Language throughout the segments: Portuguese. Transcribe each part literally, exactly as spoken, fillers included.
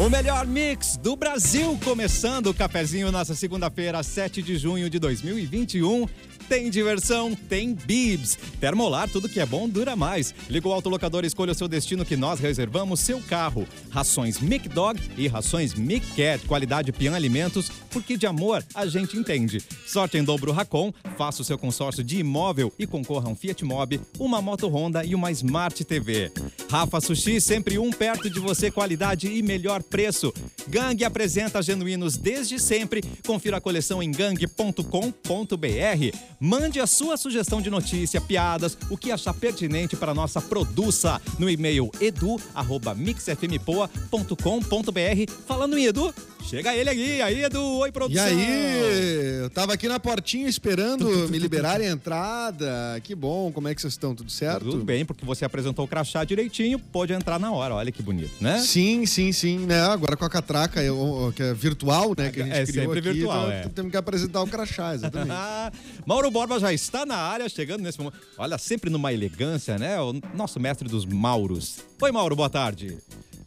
O melhor mix do Brasil, começando o cafezinho nessa segunda-feira, sete de junho de dois mil e vinte e um. Tem diversão, tem bibs. Termolar, tudo que é bom dura mais. Liga o autolocador e escolha o seu destino que nós reservamos seu carro. Rações Mic Dog e rações Mic Cat. Qualidade Pian Alimentos, porque de amor a gente entende. Sorte em dobro Racon, faça o seu consórcio de imóvel e concorra a um Fiat Mobi, uma moto Honda e uma Smart T V. Rafa Sushi, sempre um perto de você, qualidade e melhor preço. Gang apresenta genuínos desde sempre. Confira a coleção em gang ponto com ponto br. Mande a sua sugestão de notícia, piadas, o que achar pertinente para nossa produça no e-mail edu arroba mix f m poa ponto com ponto br. Falando em Edu, chega ele aqui. Aí, Edu, oi, produção. E aí, eu tava aqui na portinha esperando me liberarem a entrada. Que bom, como é que vocês estão? Tudo certo? Tudo bem, porque você apresentou o crachá direitinho, pode entrar na hora, olha que bonito, né? Sim, sim, sim, né? Agora com a catraca, que é virtual, né? Que a gente é criou sempre aqui, virtual, então, é. Temos que apresentar o crachá, exatamente. Mauro Borba já está na área, chegando nesse momento. Olha, sempre numa elegância, né? O nosso mestre dos Mauros. Oi, Mauro, boa tarde.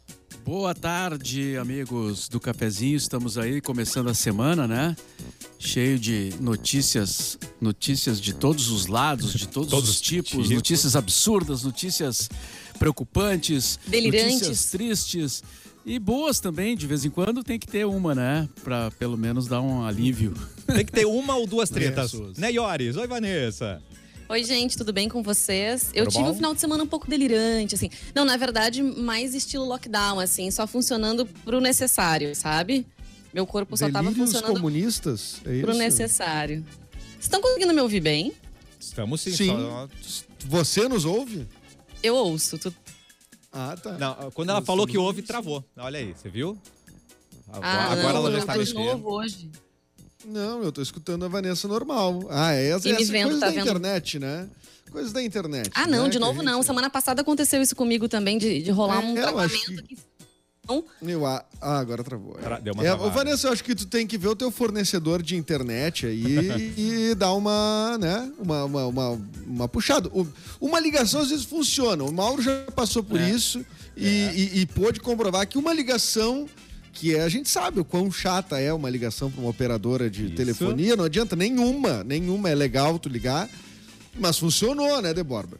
Boa tarde, amigos do Cafezinho. Estamos aí começando a semana, né? Cheio de notícias, notícias de todos os lados, de todos, todos os tipos, tipos, notícias absurdas, notícias preocupantes, delirantes, notícias tristes e boas também. De vez em quando tem que ter uma, né? Pra pelo menos dar um alívio. Tem que ter uma ou duas tretas, é, né, Ioris? Oi, Vanessa. Oi, gente, tudo bem com vocês? Eu tudo tive bom? um final de semana um pouco delirante, assim. Não, na verdade, mais estilo lockdown, assim, só funcionando pro necessário, sabe? Meu corpo só tava Delírios funcionando comunistas, é isso? pro necessário. Vocês estão conseguindo me ouvir bem? Estamos sim. Sim. Só... Você nos ouve? Eu ouço. Tu... Ah, tá. Não, quando ela falou que ouve, travou. Olha aí, você viu? Agora, Ah, agora não, ela já eu está tô de mexendo. novo hoje. Não, eu tô escutando a Vanessa normal. Ah, é essa, Quem me essa vendo, coisa tá da vendo? internet, né? Coisas da internet. Ah, não, né? de Que a novo gente- não. Semana passada aconteceu isso comigo também, de, de rolar um É, eu acho travamento que- que... Não? Eu, ah, agora travou. Tra- deu uma É, travada. ô, Vanessa, eu acho que tu tem que ver o teu fornecedor de internet aí e dar uma, né, uma, uma, uma, uma puxada. O- Uma ligação às vezes funciona. O Mauro já passou por É. isso e, É. e, e pôde comprovar que uma ligação, que é, a gente sabe o quão chata é uma ligação para uma operadora de Isso. telefonia, não adianta nenhuma, nenhuma é legal tu ligar, mas funcionou, né, Débora?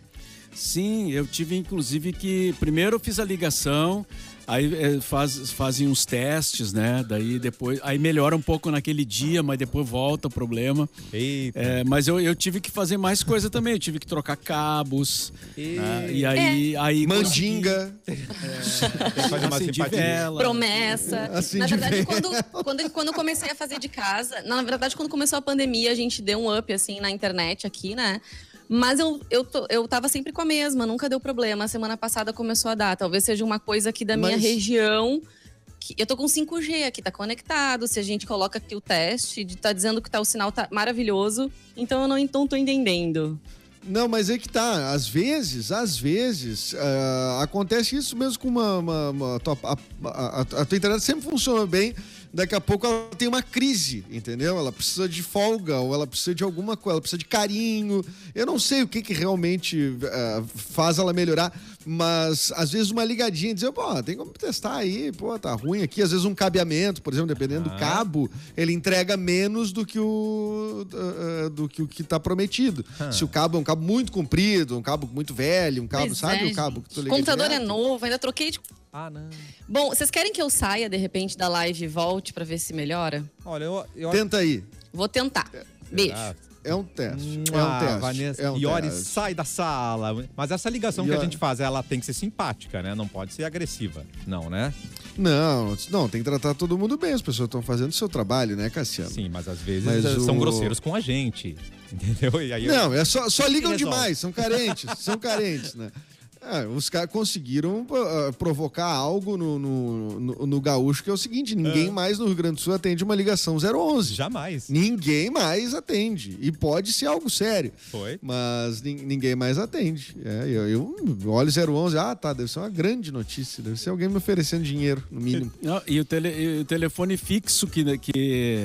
Sim, eu tive inclusive que... Primeiro eu fiz a ligação, aí é, faz, fazem uns testes, né? Daí depois... Aí melhora um pouco naquele dia, mas depois volta o problema. Eita. É, mas eu, eu tive que fazer mais coisa também. Eu tive que trocar cabos. E- né? E aí... aí Mandinga. Tem que fazer uma Acendi simpatia. vela. Promessa. Assim na de verdade, ver. quando, quando, quando eu comecei a fazer de casa... Na verdade, quando começou a pandemia, a gente deu um up, assim, na internet aqui, né? Mas eu, eu, tô, eu tava sempre com a mesma, nunca deu problema. A semana passada começou a dar. Talvez seja uma coisa aqui da minha Mas- região. Que eu tô com cinco G aqui, tá conectado. Se a gente coloca aqui o teste, de- tá dizendo que tá, o sinal tá maravilhoso. Então eu não, então, tô entendendo. Não, mas é que tá. Às vezes, às vezes, ah, acontece isso mesmo com uma. uma- uma- a, tua, a- a- a tua internet sempre funciona bem. Daqui a pouco ela tem uma crise, entendeu? Ela precisa de folga, ou ela precisa de alguma coisa, ela precisa de carinho. Eu não sei o que, que realmente ah, faz ela melhorar, mas às vezes uma ligadinha, dizer, pô, tem como testar aí, pô, tá ruim aqui. Às vezes um cabeamento, por exemplo, dependendo Ah. do cabo, ele entrega menos do que o, ah, do que, o que tá prometido. Ah. Se o cabo é um cabo muito comprido, um cabo muito velho, um cabo, Pois sabe é, o cabo que tu gente. liga O computador direto? é novo, ainda troquei de... Ah, não. Bom, vocês querem que eu saia, de repente, da live e volte pra ver se melhora? Olha, eu... eu... Tenta aí. Vou tentar. Beijo. Ah, É um teste. É um ah, teste. Vanessa, é um Iori, teste. sai da sala. Mas essa ligação que a Iori. gente faz, ela tem que ser simpática, né? Não pode ser agressiva. Não, né? Não, não, tem que tratar todo mundo bem. As pessoas estão fazendo o seu trabalho, né, Cassiano? Sim, mas às vezes Mas eh, são o- grosseiros com a gente. Entendeu? E aí eu- Não, é só, só ligam resolve? demais, são carentes, são carentes, né? É, os caras conseguiram uh, provocar algo no, no, no, no gaúcho, que é o seguinte, ninguém É. mais no Rio Grande do Sul atende uma ligação zero onze. Jamais. Ninguém mais atende. E pode ser algo sério. Foi. Mas nin- ninguém mais atende. É, eu, eu olho zero onze, ah, tá, deve ser uma grande notícia. Deve ser alguém me oferecendo dinheiro, no mínimo. Não, e, o tele- e o telefone fixo que, que,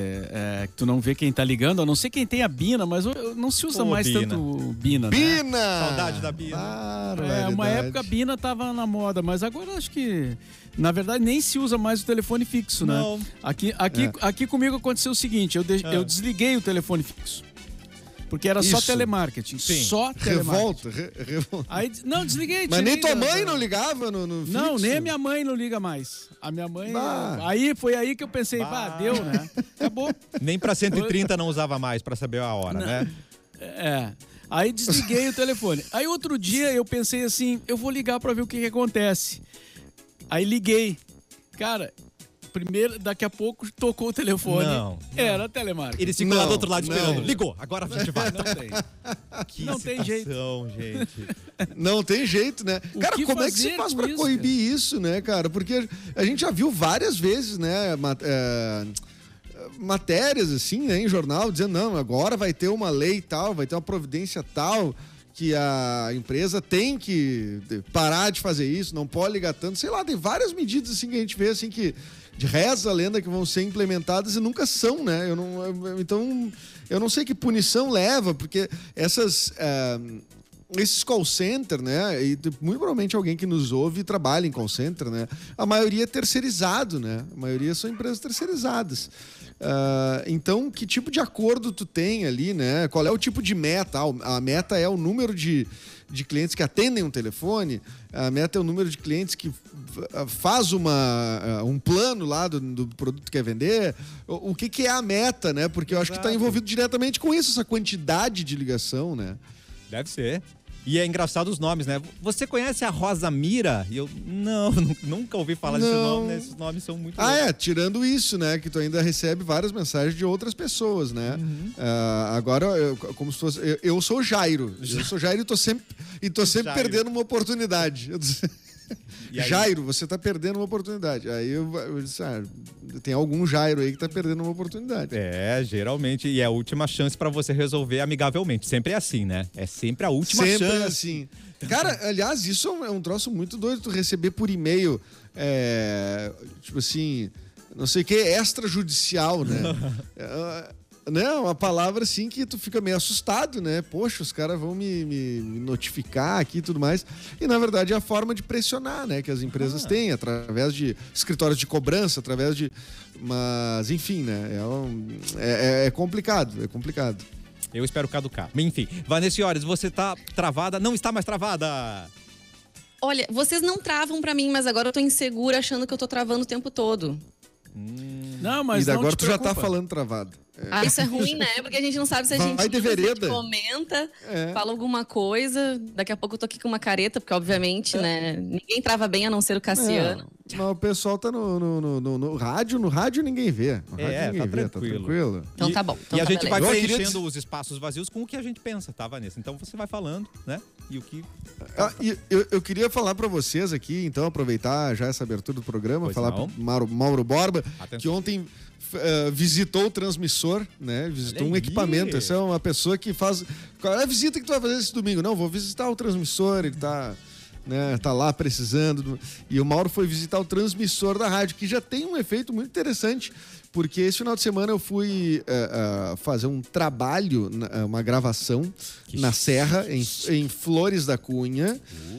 é, que tu não vê quem tá ligando, a não ser quem tem a Bina, mas o- não se usa Ô, mais Bina. tanto o Bina, né? Bina! Saudade da Bina. Barbaridade. É, uma época a Bina tava na moda, mas agora acho que, na verdade, nem se usa mais o telefone fixo, né? Não. Aqui, aqui, É. aqui comigo aconteceu o seguinte, eu, de, Ah. eu desliguei o telefone fixo. Porque era só Isso. telemarketing, Sim. só telemarketing. Revolta, re- revolta. Aí, não, desliguei. Mas nem tirei tua da- mãe não ligava no, no Não, fixo? nem a minha mãe não liga mais. A minha mãe... Bah. Aí, foi aí que eu pensei, Bah. pá, deu, né? Acabou. Nem pra cento e trinta não usava mais pra saber a hora, né? É. Aí desliguei o telefone. Aí outro dia eu pensei assim, eu vou ligar pra ver o que, que acontece. Aí liguei. Cara, primeiro, daqui a pouco tocou o telefone. Não. Era telemarketing. Eles ficam lá Não, do outro lado não. esperando. Ligou, agora a gente vai. Não tem. Que Não tem jeito. situação, gente. Não tem jeito, né? O Cara, que como é que se fazer faz com pra isso, coibir isso, né, cara? Porque a gente já viu várias vezes, né, ma- é, matérias assim, né, em jornal, dizendo, não, agora vai ter uma lei tal, vai ter uma providência tal, que a empresa tem que parar de fazer isso, não pode ligar tanto. Sei lá, tem várias medidas assim que a gente vê assim que de reza a lenda que vão ser implementadas e nunca são, né? Eu não, eu- então, eu não sei que punição leva, porque essas... é, esses call center, né? E muito provavelmente alguém que nos ouve trabalha em call center, né? A maioria é terceirizado, né? A maioria são empresas terceirizadas. Ah, então, que tipo de acordo tu tem ali, né? Qual é o tipo de meta? Ah, a meta é o número de, de clientes que atendem um telefone, a meta é o número de clientes que f- faz uma, um plano lá do, do produto que quer vender. O, o que, que é a meta, né? Porque eu acho que está Exato. envolvido diretamente com isso, essa quantidade de ligação, né? Deve ser. E é engraçado os nomes, né? Você conhece a Rosa Mira? E eu, não, nu- nunca ouvi falar desse Não. nome, né? Esses nomes são muito Ah, loucos. é, tirando isso, né? Que tu ainda recebe várias mensagens de outras pessoas, né? Uhum. Ah, agora, eu, como se fosse. Eu, eu sou Jairo. Eu sou Jairo e tô sempre, e tô sempre Jairo. perdendo uma oportunidade. Eu disse, E aí? Jairo, você tá perdendo uma oportunidade. Aí eu, eu disse, ah, tem algum Jairo aí que tá perdendo uma oportunidade. É, geralmente. E é a última chance pra você resolver amigavelmente. Sempre é assim, né? É sempre a última Sempre chance. assim. Cara, aliás, isso é um- é um troço muito doido, tu receber por e-mail, é, tipo assim, não sei o que, extrajudicial, né? É, né? Uma palavra assim que tu fica meio assustado, né? Poxa, os caras vão me, me- me notificar aqui e tudo mais. E na verdade é a forma de pressionar, né? Que as empresas Ah. têm, através de escritórios de cobrança, através de. Mas, enfim, né? É, um- é- é- é complicado, é complicado. Eu espero caducar. Enfim, Vanessa Iores, você tá travada? Não está mais travada. Olha, vocês não travam pra mim, mas agora eu tô insegura achando que eu tô travando o tempo todo. Não, mas e não agora te tu já tá preocupa. falando travado. Ah, isso é ruim, né? Porque a gente não sabe se a Vai gente, de se a gente vereda. comenta, É. fala alguma coisa. Daqui a pouco eu tô aqui com uma careta, porque obviamente, né? Ninguém trava bem a não ser o Cassiano. Não, mas o pessoal tá no, no, no, no- no rádio, no rádio ninguém vê. No rádio É, ninguém tá vê, tranquilo. tá tranquilo. Então E- tá bom. Então e a tá gente vai beleza. Eu queria preenchendo dizer- os espaços vazios com o que a gente pensa, tá, Vanessa? Então você vai falando, né? E o que. Ah, e eu, eu queria falar pra vocês aqui, então, aproveitar já essa abertura do programa, Pois falar não. pro Mauro, Mauro Borba, Atenção. que ontem f- eh, visitou o transmissor, né? Visitou Olha um aí. equipamento. Essa é uma pessoa que faz. Qual é a visita que tu vai fazer esse domingo? Não, vou visitar o transmissor, ele tá. Né, tá lá precisando. do- E o Mauro foi visitar o transmissor da rádio, que já tem um efeito muito interessante, porque esse final de semana eu fui eh, eh, fazer um trabalho, na- uma gravação Que na Serra, em, em Flores da Cunha.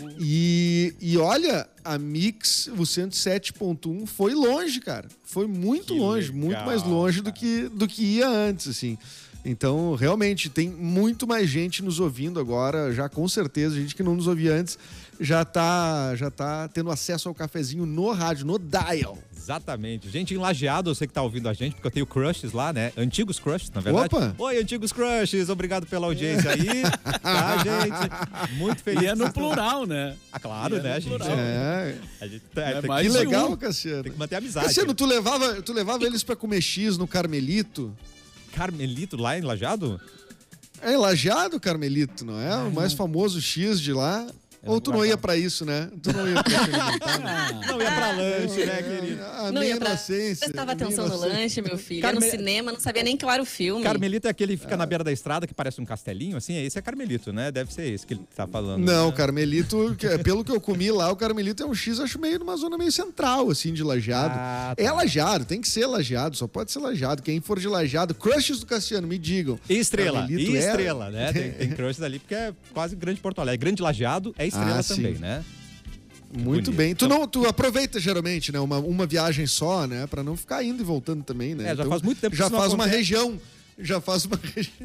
E, e olha, a Mix, o cento e sete ponto um, foi longe, cara. Foi muito Que longe, muito legal, mais longe do cara. que, do que ia antes, assim. Então, realmente, tem muito mais gente nos ouvindo agora, já com certeza, gente que não nos ouvia antes, já tá, já tá tendo acesso ao cafezinho no rádio, no dial. Exatamente. Gente, em Lajeado, você que tá ouvindo a gente, porque eu tenho crushes lá, né? Antigos crushes, na verdade. Opa! Oi, antigos crushes, obrigado pela audiência aí. Tá, gente? Muito feliz. E é no plural, né? Ah, claro, E é né, no gente? plural. É, A gente tá- É tem, mais que que, um. legal, Cassiano. tem que manter a amizade. Cassiano, tu levava, tu levava eles pra comer X no Carmelito? Carmelito lá em Lajeado? É Lajeado, Carmelito, não é? O mais famoso X de lá. Eu Ou tu não guardava. ia pra isso, né? Tu não ia pra experimentar, né? Ah, Não ia pra lanche, né, querido? A Não minha ia pra... inocência. Prestava a minha atenção no inocência. lanche, meu filho. Carme- Ia no cinema, não sabia nem qual era o filme. Carmelito é aquele que fica na beira da estrada, que parece um castelinho, assim? Esse é Carmelito, né? Deve ser esse que ele tá falando. Não, né? Carmelito, que- pelo que eu comi lá, o Carmelito é um X, acho meio numa zona meio central, assim, de Lajeado. Ah, tá. É Lajeado, tem que ser Lajeado, só pode ser Lajeado. Quem for de Lajeado, crushes do Cassiano, me digam. E Estrela, Carmelito e é- Estrela, né? Tem, tem crushes ali, porque é quase grande Porto Alegre. Grande Lajeado é estrela Ah, também, sim. né? Muito bonito. bem. Tu, Então- não, tu aproveita geralmente, né? Uma, uma viagem só, né? Pra não ficar indo e voltando também, né? É, já faz muito tempo que Já isso não faz uma acontece. região. Já faz uma região.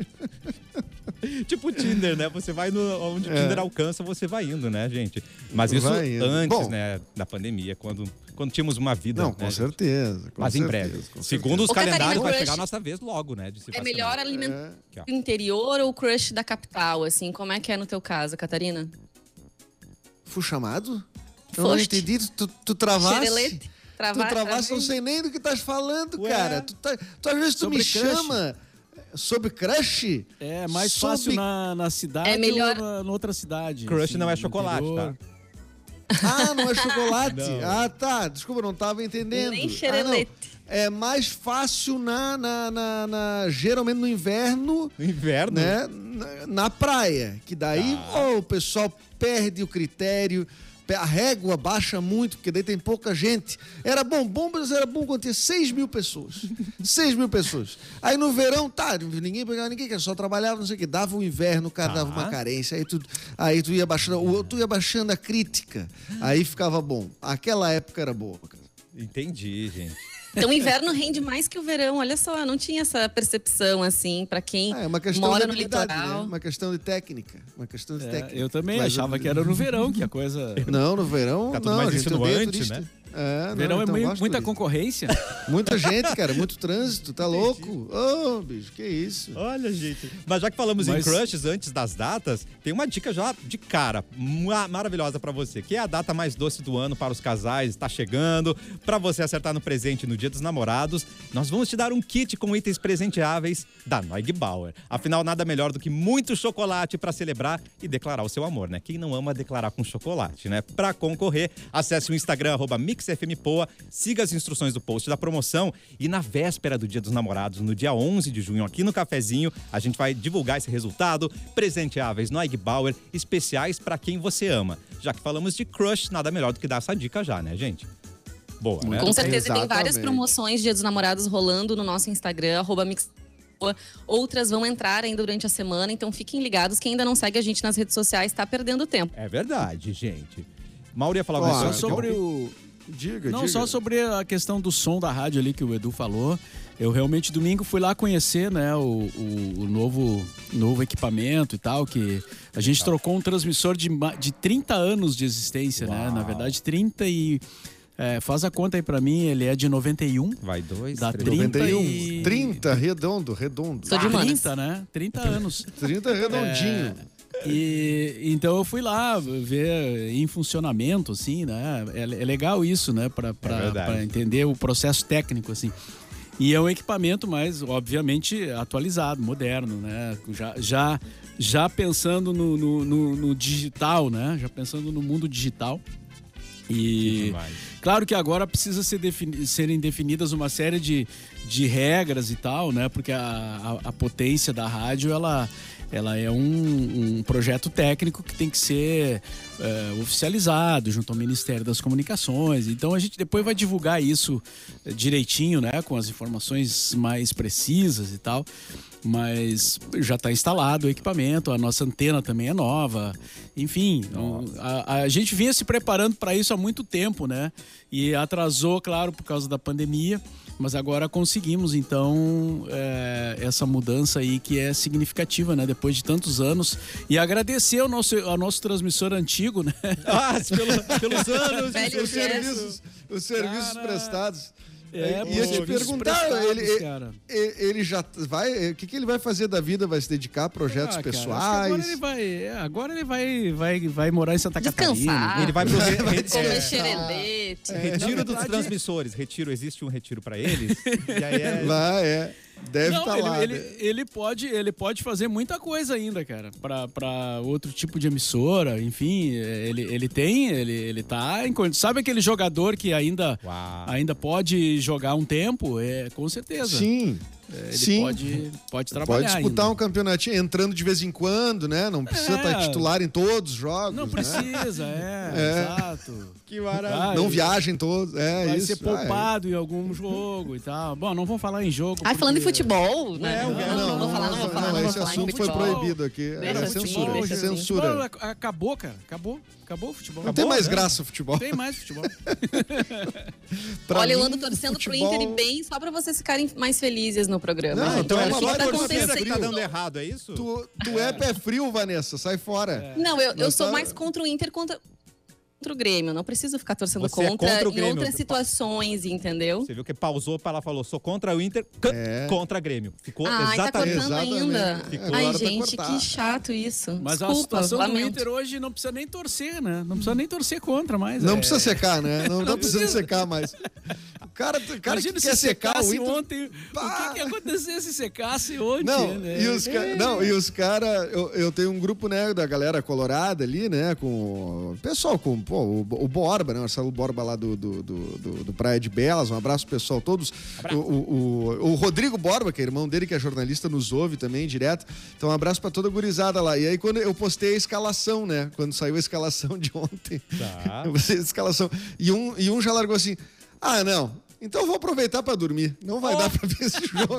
Tipo o Tinder, né? Você vai no, onde o É. Tinder alcança, você vai indo, né, gente? Mas isso Vai indo. antes, Bom. né, da pandemia, quando, quando tínhamos uma vida. Não, né, com gente? certeza. com Mas em certeza, breve. com Segundo os Ô, Catarina, calendários, vai crush- chegar a nossa vez logo, né? De se É vacinar. melhor alimentar É. do interior ou crush da capital, assim? Como é que é no teu caso, Catarina? Fui chamado? Eu não Foste. entendi. Tu, tu travaste? Xerelete? Tu Trava- travaste, travei? não sei nem do que estás falando, Ué? cara. Tu, tá, tu às vezes tu Sobre me crush. chama sobre crush. É mais Sobre- fácil na, na cidade É melhor- ou na, na outra cidade. Crush assim, não é no chocolate, interior. tá? Ah, não é chocolate? Não. Ah, tá. Desculpa, não estava entendendo. Nem Ah, não. xerelete. É mais fácil na, na, na, na- geralmente no inverno, No inverno. né? Na, na praia. Que daí Tá. ó, o pessoal perde o critério. A régua baixa muito, porque daí tem pouca gente. Era bom, bom, mas era bom quando tinha seis mil pessoas. seis mil pessoas. Aí no verão, tá, ninguém pegava ninguém, que só trabalhava, não sei o que. Dava o inverno, o cara Tá. dava uma carência. Aí tu, aí tu ia baixando, o- tu ia baixando a crítica. Aí ficava bom. Aquela época era boa, cara. Entendi, gente. Então o inverno rende mais que o verão. Olha só, eu não tinha essa percepção, assim, pra quem Ah, é uma questão mora de no habilidade, litoral. né? Uma questão de técnica. Uma questão de É, técnica. eu também Mas achava eu- que era no verão que a coisa. Não, no verão, Tá tudo não, mais a gente odeia insinuante, turista. né? É, não, verão então é meio- gosto muita disso. concorrência. Muita gente, cara, muito trânsito, tá louco? Ô, bicho, que isso? Olha, gente. Mas já que falamos Mas- em crushes antes das datas, tem uma dica já de cara, ma- maravilhosa pra você, que é a data mais doce do ano para os casais, está chegando, pra você acertar no presente no Dia dos Namorados. Nós vamos te dar um kit com itens presenteáveis da Neugbauer. Afinal, nada melhor do que muito chocolate pra celebrar e declarar o seu amor, né? Quem não ama declarar com chocolate, né? Pra concorrer, acesse o Instagram arroba mixfmpoa, siga as instruções do post da promoção e na véspera do Dia dos Namorados, no dia onze de junho, aqui no Cafezinho, a gente vai divulgar esse resultado, presenteáveis Neugbauer, especiais pra quem você ama. Já que falamos de crush, nada melhor do que dar essa dica já, né, gente? Boa, né? Com certeza, tem várias Exatamente. promoções Dia dos Namorados rolando no nosso Instagram, arroba mix. Outras vão entrar ainda durante a semana, então fiquem ligados. Quem ainda não segue a gente nas redes sociais tá perdendo tempo. É verdade, gente. Mauro ia falar Ó, alguma Só coisa? sobre o. Diga, Não, diga. só sobre a questão do som da rádio ali que o Edu falou. Eu realmente domingo fui lá conhecer, né, o, o, o novo, novo equipamento e tal, que a gente trocou um transmissor de, ma- de trinta anos de existência, né? Na verdade, trinta e... é, faz a conta aí pra mim, ele é de noventa e um. Vai dois, Dá três. trinta noventa e um. e- trinta, redondo, redondo. Sou de humanas. trinta, né? trinta anos. trinta redondinho. E então eu fui lá ver em funcionamento, assim, né? É, é legal isso, né? Para É verdade. entender o processo técnico, assim. E é um equipamento mais, obviamente, atualizado, moderno, né? Já, já, já pensando no, no, no- no digital, né? Já pensando no mundo digital. E demais. claro que agora precisa ser defini- serem definidas uma série de, de regras e tal, né? Porque a, a, a potência da rádio, ela, ela é um, um projeto técnico que tem que ser é, oficializado junto ao Ministério das Comunicações. Então a gente depois vai divulgar isso é, direitinho, né? Com as informações mais precisas e tal. Mas já está instalado o equipamento, a nossa antena também é nova. Enfim, a, a gente vinha se preparando para isso há muito tempo, né? E atrasou, claro, por causa da pandemia. Mas agora conseguimos, então, é, essa mudança aí que é significativa, né? Depois de tantos anos. E agradecer ao nosso, ao nosso transmissor antigo, né? Ah, pelo- pelos anos. Velho Os gesto. serviços, os serviços Cara, prestados. É, ia te serviços perguntar, prestados, ele, cara. ele, ele já vai. O que, que ele vai fazer da vida? Vai se dedicar a projetos Ah, cara, acho que pessoais? agora ele vai, é, agora ele vai, vai, vai morar em Santa Descansar. Catarina. Ele vai pro re- re- Comer é, xerelete. retiro na dos verdade- transmissores. Retiro, existe um retiro pra eles. E aí é. Vai, é. Deve Não, estar ele, lá. ele, né? ele pode, ele pode fazer muita coisa ainda, cara, pra, pra outro tipo de emissora, enfim, ele, ele tem, ele, ele tá em condições. Sabe aquele jogador que ainda, Uau. ainda pode jogar um tempo? É, com certeza. Sim. ele Sim. pode, pode trabalhar Pode disputar ainda. um campeonatinho, entrando de vez em quando, né? Não precisa É. estar titular em todos os jogos. Não né? precisa, é, É. exato. Que maravilha. Vai, Não viajem todos. É vai isso. ser poupado em algum jogo e tal. Bom, não vamos falar em jogo. Ai, falando em porque- futebol, né? É, não, o- não, não, vou falar, não vou falar, não vou esse falar em assunto foi futebol. proibido aqui. Deixa É assim, censura. deixa assim. Censura. Futebol ac- acabou, cara. Acabou. Acabou o futebol. Não tem Acabou, mais né? graça o futebol. Tem mais futebol. Pra Olha, eu mim, ando torcendo futebol- pro Inter e bem só pra vocês ficarem mais felizes no programa. Não, Gente, então o é que uma que tá torcida acontecendo? que tá dando errado, é isso? Tu, tu é pé frio, Vanessa. Sai fora. Não, eu, eu Nós sou tá- mais contra o Inter contra, contra o Grêmio. Não preciso ficar torcendo Você é contra, contra o em Grêmio. outras situações, entendeu? Você viu que pausou para ela falou, sou contra o Inter, c- É. contra Grêmio. Ficou Ai, tá exatamente. cortando Exatamente. ainda. Ficou. Ai, Agora tá gente, cortado. que chato isso. Mas Desculpa, a situação lamento. do Inter hoje não precisa nem torcer, né? Não precisa nem torcer contra mais. Não é... precisa secar, né? Não tá precisando secar mais. O cara, o cara que Imagina quer se secar o secasse Inter... ontem. Pá! O que, que ia acontecer se secasse ontem? Não, né? e os ca... não, e os caras, eu, eu tenho um grupo, né, da galera colorada ali, né, com o pessoal, com pô, o, o Borba, né, o Marcelo Borba lá do, do, do, do- do Praia de Belas, um abraço pro pessoal todos, o, o, o, o Rodrigo Borba, que é irmão dele, que é jornalista, nos ouve também, direto, então um abraço pra toda a gurizada lá, e aí quando eu postei a escalação, né, quando saiu a escalação de ontem, Tá. eu postei a escalação, e um, e um já largou assim, ah, não, então eu vou aproveitar pra dormir. Não vai Oh. dar pra ver esse jogo.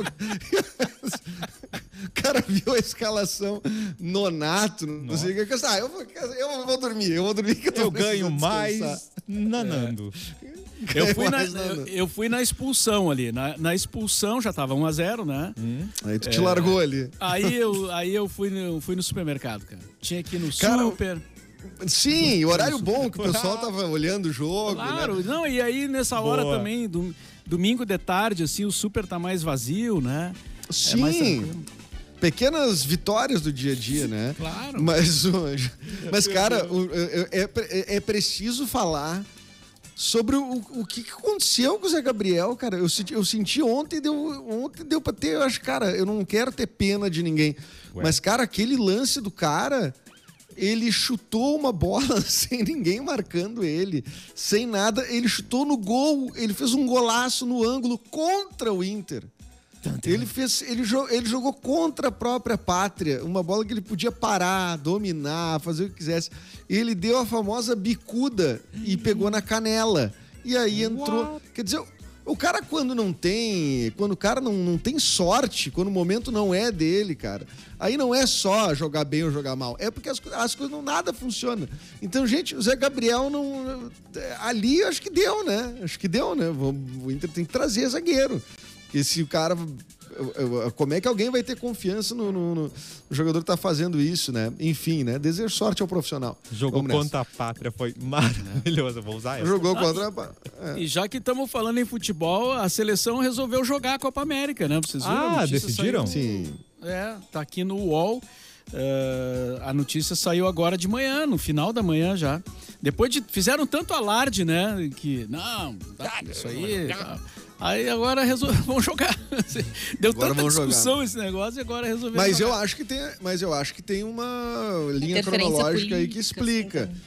O cara viu a escalação nonato, não sei o que. Ah, eu vou, eu vou dormir, eu vou dormir que eu tô Eu ganho precisando mais descansar. nanando. Eu fui, na, mais, não, eu, não. eu fui na expulsão ali. Na, na expulsão já tava um a zero, né? Aí tu te largou ali. Aí eu, aí eu fui, no, fui no supermercado, cara. Tinha que ir no Cara, super. Sim, horário bom que o pessoal tava olhando o jogo, Claro, né? não, e aí nessa hora Boa. também, dom- domingo de tarde, assim, o super tá mais vazio, né? É mais Sim. tranquilo. Pequenas vitórias do dia a dia, né? Claro. Mas, o- mas cara, o- é, é, é preciso falar sobre o, o que que aconteceu com o Zé Gabriel, cara. Eu senti, eu senti ontem, deu, ontem deu pra ter, eu acho, cara, eu não quero ter pena de ninguém. Ué. Mas, cara, aquele lance do cara, ele chutou uma bola sem ninguém marcando ele, sem nada. Ele chutou no gol, ele fez um golaço no ângulo contra o Inter. Ele, fez, ele, jo- ele jogou contra a própria pátria, uma bola que ele podia parar, dominar, fazer o que quisesse. Ele deu a famosa bicuda e pegou na canela. E aí entrou. Quer dizer, o cara quando não tem. Quando o cara não, não tem sorte, quando o momento não é dele, cara, aí não é só jogar bem ou jogar mal. É porque as, co- as coisas não nada funciona. Então, gente, o Zé Gabriel não. Ali acho que deu, né? Acho que deu, né? O Inter tem que trazer zagueiro. Porque se o cara. eu- eu- Como é que alguém vai ter confiança no, no- no- no jogador que tá fazendo isso, né? Enfim, né? Desejo sorte ao profissional. Jogou Vamos nessa. contra a pátria, foi maravilhoso. Vou usar essa. Jogou contra. É. E já que estamos falando em futebol, a seleção resolveu jogar a Copa América, né? Vocês viram? Ah, A notícia decidiram? saiu- Sim. É, tá aqui no U O L. Eh, a notícia saiu agora de manhã, no final da manhã já. Depois de. Fizeram tanto alarde, né? Que. Não, tá, isso aí. Tá. Aí agora resol... vão jogar. Deu Agora tanta vão jogar. discussão esse negócio e agora resolveram. Mas eu jogar. acho que tem, mas eu acho que tem uma linha Interferência cronológica aí que política, explica. assim,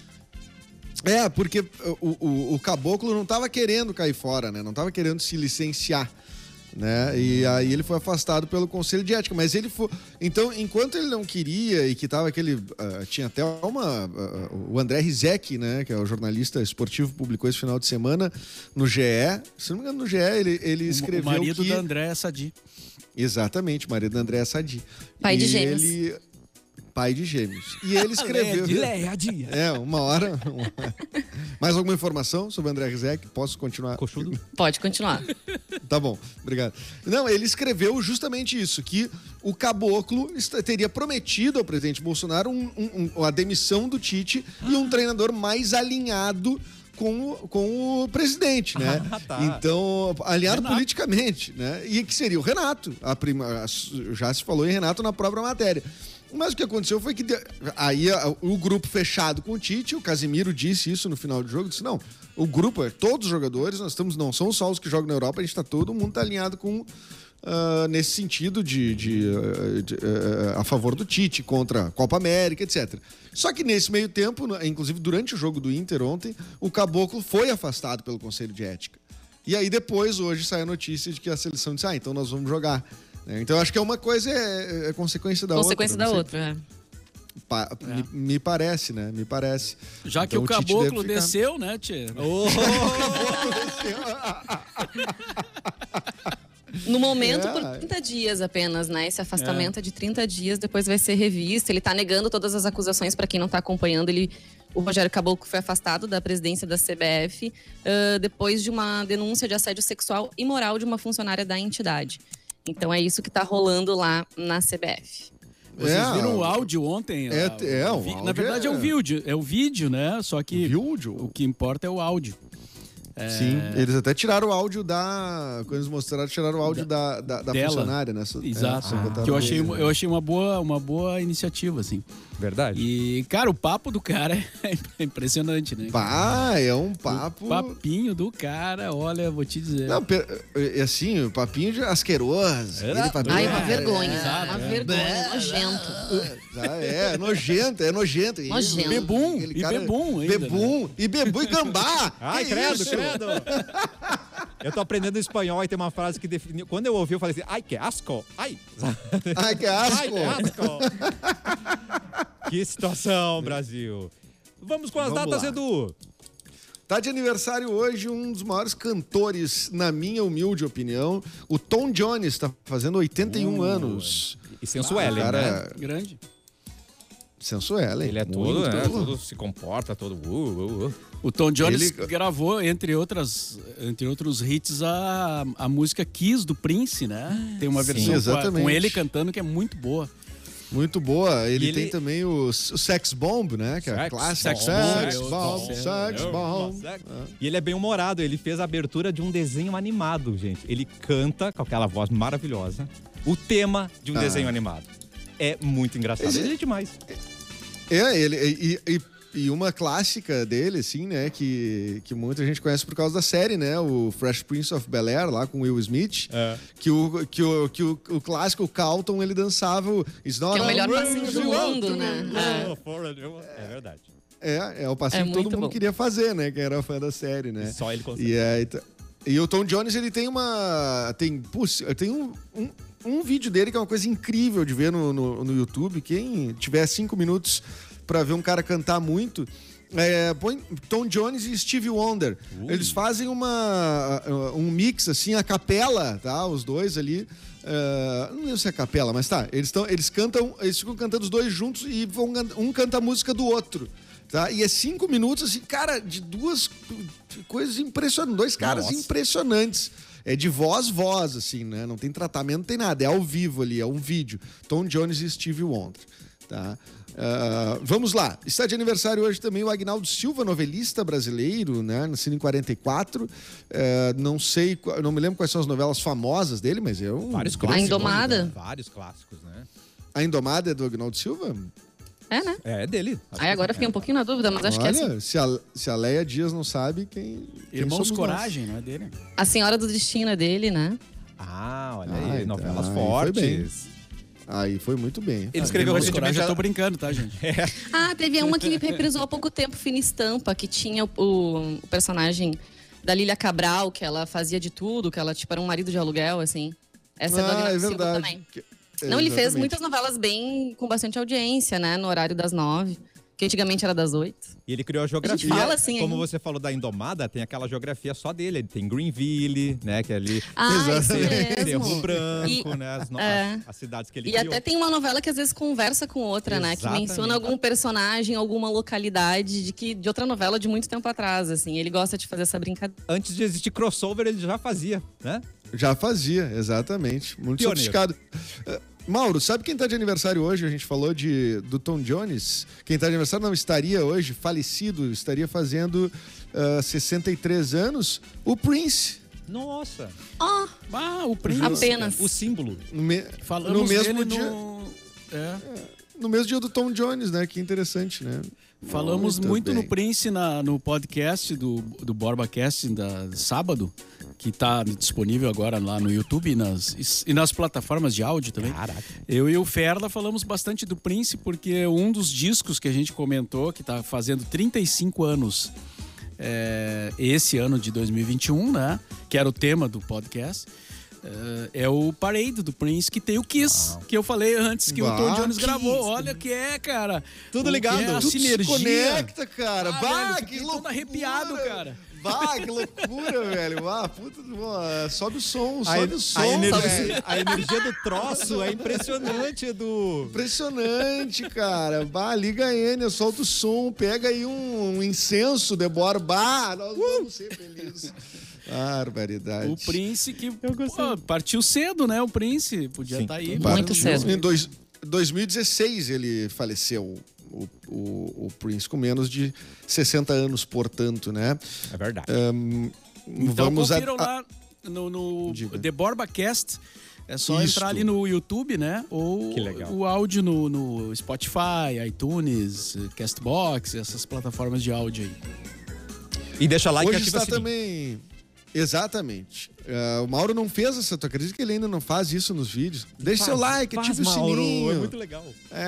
É, porque o, o, o Caboclo não estava querendo cair fora, né? Não estava querendo se licenciar, né? E aí ele foi afastado pelo Conselho de Ética. Mas ele foi... Então, enquanto ele não queria e que tava aquele... ah, tinha até uma... ah, o André Rizek, né? Que é o jornalista esportivo, publicou esse final de semana no G E. Se não me engano, no G E, ele, ele O- escreveu o marido que... da André Sadi. Exatamente, marido da André Sadi. Pai de E gêmeos. Ele... Pai de gêmeos. E ele escreveu... Leia, dia. É, uma hora. Mais alguma informação sobre o André Rizek? Posso continuar? Coxudo? Pode continuar. Tá bom, obrigado. Não, ele escreveu justamente isso, que o Caboclo est- teria prometido ao presidente Bolsonaro um- um- um- a demissão do Tite e um treinador mais alinhado com o, com o presidente, né? Ah, tá. Então, alinhado Renato. politicamente, né? E que seria o Renato. A prima, a- já se falou em Renato na própria matéria. Mas o que aconteceu foi que de- aí a- o grupo fechado com o Tite, o Casimiro disse isso no final do jogo, disse, não, o grupo, é todos os jogadores, nós estamos, não são só os que jogam na Europa, a gente tá todo mundo tá alinhado com, ah, nesse sentido de, de, ah, de, ah, a favor do Tite, contra a Copa América, etcétera. Só que nesse meio tempo, no- inclusive durante o jogo do Inter ontem, o Caboclo foi afastado pelo Conselho de Ética. E aí depois, hoje, sai a notícia de que a seleção disse, ah, então nós vamos jogar. Então acho que é uma coisa é, é consequência da Consequência outra. Consequência da outra, é. Pa, É. me, me parece, né? Me parece. Já que Então, o Tite caboclo deve ficar- desceu, né, tchê? No momento, É. por trinta dias apenas, né? Esse afastamento é. de trinta dias, depois vai ser revisto. Ele tá negando todas as acusações, para quem não tá acompanhando. Ele, o Rogério Caboclo foi afastado da presidência da C B F uh, depois de uma denúncia de assédio sexual e moral de uma funcionária da entidade. Então é isso que tá rolando lá na C B F. Vocês É, viram o áudio ontem? é- a- é, o vi- áudio Na verdade é... é- o vídeo, é o vídeo, né? Só que Vídeo? o que importa é o áudio. É, Sim, eles até tiraram o áudio da. Quando eles mostraram, tiraram o áudio da, da, da dela. funcionária, né? Exato. É, que eu achei, eu achei uma boa, uma boa iniciativa, assim. Verdade. E, cara, o papo do cara é impressionante, né? Pá, é um papo. O papinho do cara, olha, vou te dizer. Não, pe- é assim, o papinho de asqueroso. É, aquele papinho- Ai, uma É, vergonha. exato, uma é. vergonha, nojento. Ah, é, é nojento, é nojento. Nojento. Bebum, Aquele e cara- bebum ainda, Bebum, e bebum e gambá. Ai, Que credo, isso? credo. Eu tô aprendendo espanhol e tem uma frase que definiu. Quando eu ouvi, eu falei assim: ai, que asco! Ai! Ai, que Ai, asco. que asco! Que situação, Brasil. Vamos com as Vamos datas, lá. Edu. Tá de aniversário hoje um dos maiores cantores, na minha humilde opinião. O Tom Jones tá fazendo oitenta e um Uh, anos. E Sensuelen, cara, né? Grande. Sensuelen. Ele é muito. todo, né? Todo se comporta, todo. Uh, uh, uh. O Tom Jones Ele- gravou, entre, outras, entre outros hits, a, a música Kiss do Prince, né? Tem uma Sim, versão com, a- exatamente. com ele cantando que é muito boa. Muito boa. Ele, E ele- tem também o, o Sex Bomb, né? Que é Sex clássico. Sex Sex Bomb, Bomb, eu- Sex eu- Bomb. E ele é bem humorado, ele fez a abertura de um desenho animado, gente. Ele canta com aquela voz maravilhosa o tema de um Ah. desenho animado. É muito engraçado. Esse- Ele é demais. É, ele, e, e, e uma clássica dele, assim, né? Que, que muita gente conhece por causa da série, né? O Fresh Prince of Bel-Air, lá com Will Smith. É. Que, o, que, o, que o, o clássico, o Carlton, ele dançava o... It's not Que é o melhor a passinho rose do you want mundo, to né? É verdade. É, é o passinho É que todo muito mundo bom. queria fazer, né? Quem era fã da série, né? E só ele consegue. E, é, então- e o Tom Jones, ele tem uma... Tem, putz, tem um, um, um vídeo dele que é uma coisa incrível de ver no, no, no YouTube. Quem tiver cinco minutos pra ver um cara cantar muito... É, põe Tom Jones e Stevie Wonder. Uh. Eles fazem uma, um mix, assim, a capela, tá? Os dois ali... Uh, não lembro se é capela, mas tá. Eles, tão, eles cantam, eles ficam cantando os dois juntos e vão, um canta a música do outro. Tá? E é cinco minutos, assim, cara, de duas coisas impressionantes. Dois caras Nossa. impressionantes. É de voz, voz, assim, né? Não tem tratamento, não tem nada. É ao vivo ali, é um vídeo. Tom Jones e Stevie Wonder. Tá? Uh, vamos lá. Está de aniversário hoje também o Agnaldo Silva, novelista brasileiro, né? Nascido em quarenta e quatro. Uh, não sei, qu- não me lembro quais são as novelas famosas dele, mas é um. Vários grande clássicos. Indomada. né? Vários clássicos, né? A Indomada é do Agnaldo Silva? É, né? É, é dele. Acho Aí que agora é. fiquei um pouquinho na dúvida, mas acho que é assim. Olha, se, a, se a Leia Dias não sabe, quem. quem Irmãos somos Coragem, não é dele? A Senhora do Destino é dele, né? Ah, olha Ah, aí, então, novelas aí foi bem. fortes. nós? Aí foi muito bem. Ele escreveu Irmãos recentemente. Coragem, eu tô a- brincando, tá, gente? Ah, teve uma que reprisou há pouco tempo, Fina Estampa, que tinha o, o- o personagem da Lília Cabral, que ela fazia de tudo, que ela tipo, era um marido de aluguel, assim. Essa é do Ah, Agnaldo é Silva verdade. também. Que- Não, ele fez exatamente. muitas novelas bem com bastante audiência, né? No horário das nove, que antigamente era das oito. E ele criou a geografia. fala assim, Como hein? você falou da Indomada, tem aquela geografia só dele. Ele tem Greenville, né? Que é ali. Ah, isso Exatamente. Cerro mesmo. Branco, E- né? As, no- é. as- as cidades que ele E criou. até tem uma novela que às vezes conversa com outra, né? Que Exatamente. menciona algum personagem, alguma localidade de, que, de outra novela de muito tempo atrás, assim. Ele gosta de fazer essa brincadeira. Antes de existir crossover, ele já fazia, né? Já fazia, exatamente. Muito Pioneiro. sofisticado. Uh, Mauro, sabe quem tá de aniversário hoje? A gente falou de, do Tom Jones. Quem tá de aniversário não estaria hoje, falecido, estaria fazendo uh, sessenta e três anos. O Prince. Nossa! Ó, Ah, o Prince. apenas. O símbolo. No, me- Falamos no mesmo dele dia. no... É. No mesmo dia do Tom Jones, né? Que interessante, né? Falamos Muito muito bem. no Prince na, no podcast do, do BorbaCast da sábado, que está disponível agora lá no YouTube e nas, e nas plataformas de áudio também. Caraca. Eu e o Ferla falamos bastante do Prince, porque um dos discos que a gente comentou, que está fazendo trinta e cinco anos é, esse ano de dois mil e vinte e um, né? Que era o tema do podcast. É, é o Parade do Prince, que tem o Kiss, ah. que eu falei antes que bah, o Tom Jones gravou. Olha que é, cara. Tudo ligado. É a Tudo sinergia. Se conecta, cara. Ah, bah, velho, que loucura. Todo arrepiado, cara. Bah, que loucura, velho. Ah, puta, sobe o som, sobe a, o som. A energia, a energia do troço é impressionante, Edu. Impressionante, cara. Bah, liga a Enya, solta o som, pega aí um, um incenso, Debora. Bah, nós uh! vamos ser felizes. Barbaridade. O Prince que pô, partiu cedo, né? O Prince podia estar tá aí. Muito cedo. Em dois, dois mil e dezesseis ele faleceu. O, o, o Prince com menos de sessenta anos, portanto, né? É verdade. Um, então vamos confiram a, a... lá no, no The BorbaCast. É só Isto. entrar ali no YouTube, né? Ou o áudio no, no Spotify, iTunes, Castbox, essas plataformas de áudio aí. E deixa like. Hoje está também... Exatamente. Uh, o Mauro não fez essa, tu acredita que ele ainda não faz isso nos vídeos? Deixa seu like, ativa o sininho. É muito legal.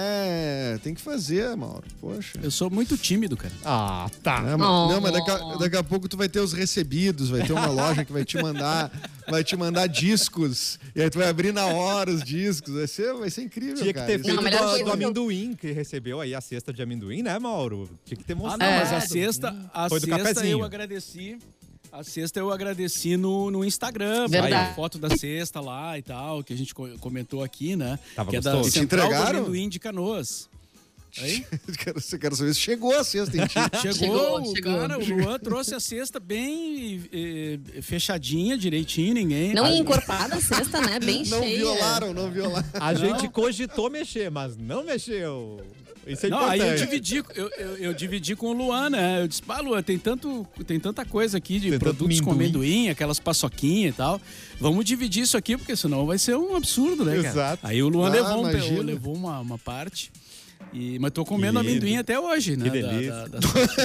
É, tem que fazer, Mauro. Poxa. Eu sou muito tímido, cara. Ah, tá. É, oh. Não, mas daqui a, daqui a pouco tu vai ter os recebidos, vai ter uma loja que vai te mandar, vai te mandar discos, e aí tu vai abrir na hora os discos. Vai ser, vai ser incrível, Tinha cara. que ter feito não, do, do amendoim, que recebeu aí a cesta de amendoim, né, Mauro? Tinha que ter mostrado. Ah, não, mas a cesta, a Foi do cesta cafezinho. eu agradeci. A cesta eu agradeci no, no Instagram, Verdade. a foto da cesta lá e tal, que a gente comentou aqui, né? Tava que gostoso. é da Te Central do entregaram? Amendoim de Canoas. Aí? Você quer saber se chegou a cesta em ti. Chegou, Chegou, o chegou. cara, o Luan trouxe a cesta bem eh, fechadinha, direitinho, ninguém... Não Aí, encorpada a cesta, né? Bem Não cheia. violaram, não violaram. A gente cogitou mexer, mas não mexeu. Isso é não, importante. aí eu dividi, eu, eu, eu dividi com o Luan, né? Eu disse, pá, Luan, tem, tanto, tem tanta coisa aqui de Tem produtos tanto com amendoim. amendoim, aquelas paçoquinhas e tal. Vamos dividir isso aqui, porque senão vai ser um absurdo, né, cara? Exato. Aí o Luan Ah, levou, um, imagina. levou uma, uma parte. E, mas tô comendo Que amendoim até hoje, né? Que delícia. Da, da,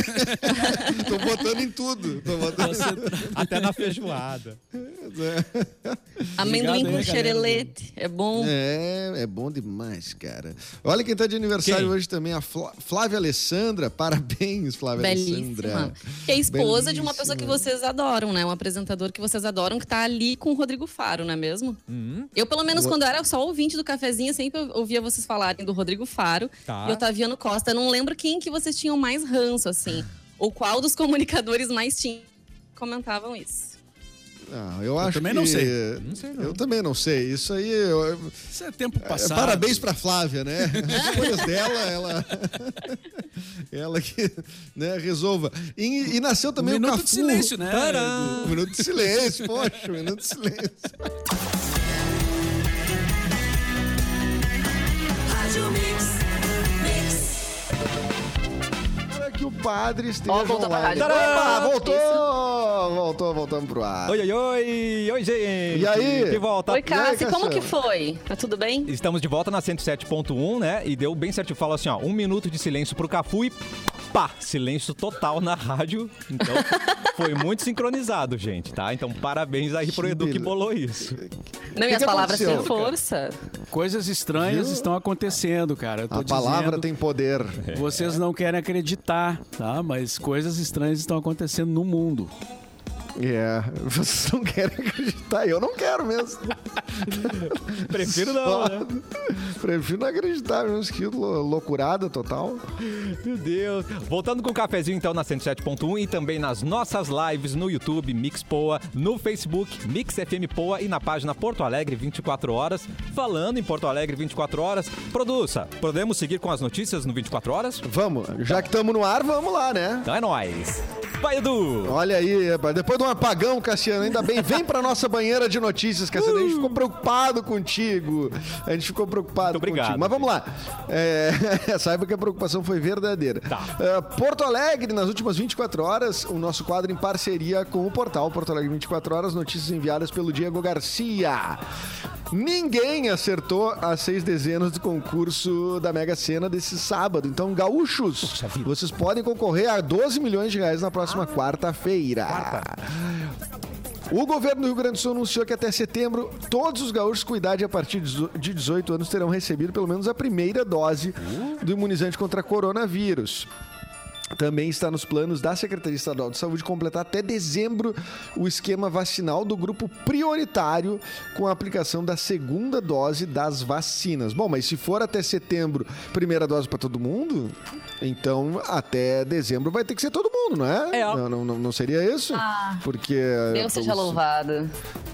da... Tô botando em tudo. Tô botando... Até na feijoada. Amendoim Obrigado com aí, xerelete. É bom. É, é bom demais, cara. Olha quem tá de aniversário Quem? hoje também, a Flá- Flávia Alessandra. Parabéns, Flávia Alessandra. Belíssima. Que é esposa de uma Belíssima. pessoa que vocês adoram, né? Um apresentador que vocês adoram, que tá ali com o Rodrigo Faro, não é mesmo? Hum, Eu, pelo menos, O- quando eu era só ouvinte do cafezinho, sempre ouvia vocês falarem do Rodrigo Faro Tá. e Otaviano Costa. Eu não lembro quem que vocês tinham mais ranço, assim. Ou qual dos comunicadores mais tinham comentavam isso. Não, eu acho também que... não sei. Não sei, não. Eu também não sei. Isso aí... eu- Isso é tempo é, passado. parabéns pra Flávia, né? As escolhas dela, ela... ela que né, resolva. E, e nasceu Um também o minuto Cafu. de silêncio, né? Tcharam! Um minuto de silêncio, poxa, um minuto de silêncio. Para que o padre esteja Ó, voltou pra online. rádio. Opa, Isso. voltou! Voltou, voltamos pro ar. Oi, oi, oi! Oi, gente! E aí? De volta. Oi, E aí, Cássio, como Cassiano? que foi? Tá tudo bem? Estamos de volta na cento e sete ponto um, né? E deu bem certo. Fala assim, ó, um minuto de silêncio pro Cafu e pá, silêncio total na rádio. Então, foi muito sincronizado, gente, tá? Então, parabéns aí pro Que Edu que beleza. bolou isso. Não, e que as que palavras têm aconteceu? força. Coisas estranhas Viu? estão acontecendo, cara. Eu tô A palavra dizendo, tem poder. Vocês não querem acreditar, tá? Mas coisas estranhas estão acontecendo no mundo. É, vocês não querem acreditar, eu não quero mesmo. Prefiro não, Só- né? Prefiro não acreditar mesmo, que lou- loucurada total. Meu Deus. Voltando com o cafezinho, então, na cento e sete ponto um e também nas nossas lives no YouTube, Mix Poa, no Facebook, Mix F M Poa e na página Porto Alegre vinte e quatro horas. Falando em Porto Alegre vinte e quatro horas, produça, podemos seguir com as notícias no vinte e quatro horas? Vamos, já que estamos no ar, vamos lá, né? Então é nóis. Vai, Edu! Olha aí, rapaz, depois de um apagão, Cassiano, ainda bem, vem pra nossa banheira de notícias, Cassiano. A gente ficou preocupado contigo. A gente ficou preocupado Muito obrigado, contigo. Mas vamos lá. É, saiba que a preocupação foi verdadeira. Tá. É, Porto Alegre, nas últimas vinte e quatro horas, o nosso quadro em parceria com o portal Porto Alegre vinte e quatro horas, notícias enviadas pelo Diego Garcia. Ninguém acertou as seis dezenas do concurso da Mega Sena desse sábado. Então, gaúchos, Puxa vida. vocês podem concorrer a doze milhões de reais na próxima quarta-feira. O governo do Rio Grande do Sul anunciou que até setembro, todos os gaúchos com idade a partir de dezoito anos terão recebido pelo menos a primeira dose do imunizante contra coronavírus. Também está nos planos da Secretaria Estadual de Saúde completar até dezembro o esquema vacinal do grupo prioritário com a aplicação da segunda dose das vacinas. Bom, mas se for até setembro, primeira dose para todo mundo, então até dezembro vai ter que ser todo mundo, não é? É. Não, não, não seria isso? Ah, Porque... Deus seja os- louvado.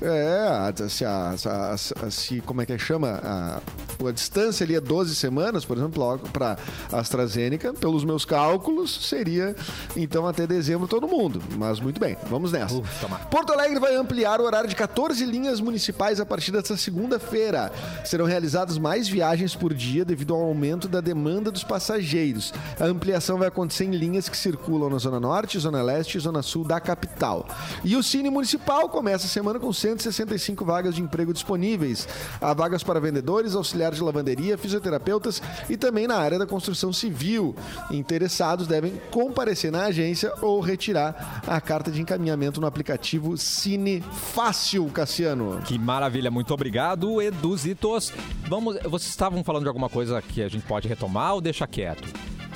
É, se, a, se, a, se como é que chama? A, a distância ali é doze semanas, por exemplo, para a AstraZeneca, pelos meus cálculos, seria então até dezembro todo mundo. Mas muito bem, vamos nessa. Uh, toma. Porto Alegre vai ampliar o horário de catorze linhas municipais a partir desta segunda-feira. Serão realizadas mais viagens por dia devido ao aumento da demanda dos passageiros. A ampliação vai acontecer em linhas que circulam na Zona Norte, Zona Leste e Zona Sul da capital. E o Cine Municipal começa a semana com cento e sessenta e cinco vagas de emprego disponíveis. Há vagas para vendedores, auxiliares de lavanderia, fisioterapeutas e também na área da construção civil. Interessados devem comparecer na agência ou retirar a carta de encaminhamento no aplicativo Cine Fácil, Cassiano. Que maravilha, muito obrigado, Eduzitos. Vamos, vocês estavam falando de alguma coisa que a gente pode retomar ou deixa quieto?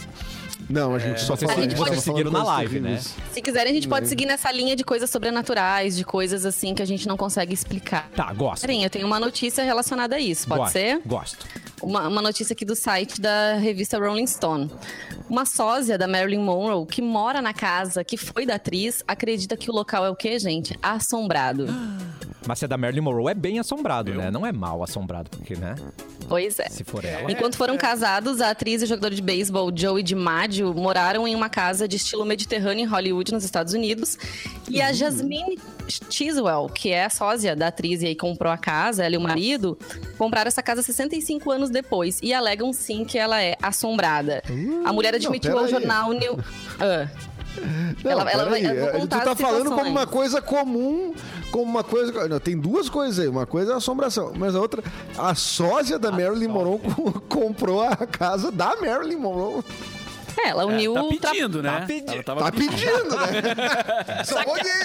Não, a gente só vocês- falou- a gente tava vocês falando seguiram na coisas live, terríveis. Se quiserem, a gente pode seguir nessa linha de coisas sobrenaturais, de coisas assim que a gente não consegue explicar. Tá, gosto. Peraí, eu tenho uma notícia relacionada a isso, pode gosto, ser? Gosto. Uma, uma notícia aqui do site da revista Rolling Stone. Uma sósia da Marilyn Monroe, que mora na casa que foi da atriz, acredita que o local é o quê, gente? Assombrado. Mas se é da Marilyn Monroe, é bem assombrado, né? Não é mal assombrado, porque, né? Pois é. Se for ela. Enquanto foram casados, a atriz e jogador de beisebol Joey DiMaggio moraram em uma casa de estilo mediterrâneo em Hollywood, nos Estados Unidos. E a Jasmine Chiswell, que é a sósia da atriz e aí comprou a casa, ela e o marido, compraram essa casa sessenta e cinco anos depois e alegam sim que ela é assombrada. a mulher admitiu não, ao peraí. jornal New... Ah. Não, Ela- ela vai- peraí, eu vou tu contar tá as falando como situações. uma coisa comum, como uma coisa... Não, tem duas coisas aí. Uma coisa é a assombração, mas a outra... A sósia da Marilyn Monroe co- comprou a casa da Marilyn Monroe. É, ela uniu... Tá o tra- pedindo, né? Tá pedindo. Ela tava Tá pedindo. pedindo, né? Só um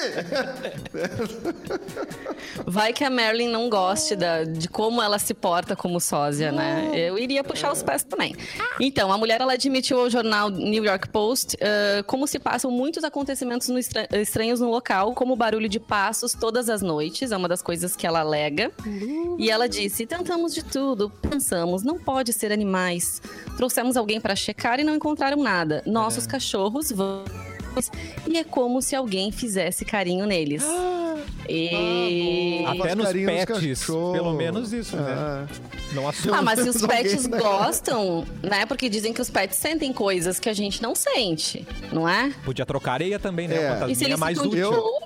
pouquinho. Vai que a Marilyn não goste da- de como ela se porta como sósia, né? Eu iria puxar os pés também. Então, a mulher ela admitiu ao jornal New York Post uh, como se passam muitos acontecimentos no estra- estranhos no local, como o barulho de passos todas as noites, é uma das coisas que ela alega. E ela disse: tentamos de tudo, pensamos, não pode ser animais. Trouxemos alguém para checar e não encontraram nada. Nossos cachorros vão. E é como se alguém fizesse carinho neles. E... Ah, bom. Até nos carinho nos pets, cachorros. pelo menos isso, né? Ah. Não assusta. Ah, mas se os Alguém, pets né? gostam, né? Porque dizem que os pets sentem coisas que a gente não sente, não é? Podia trocar areia também, né? É. A E se fantasminha eles mais ficam de útil. boa,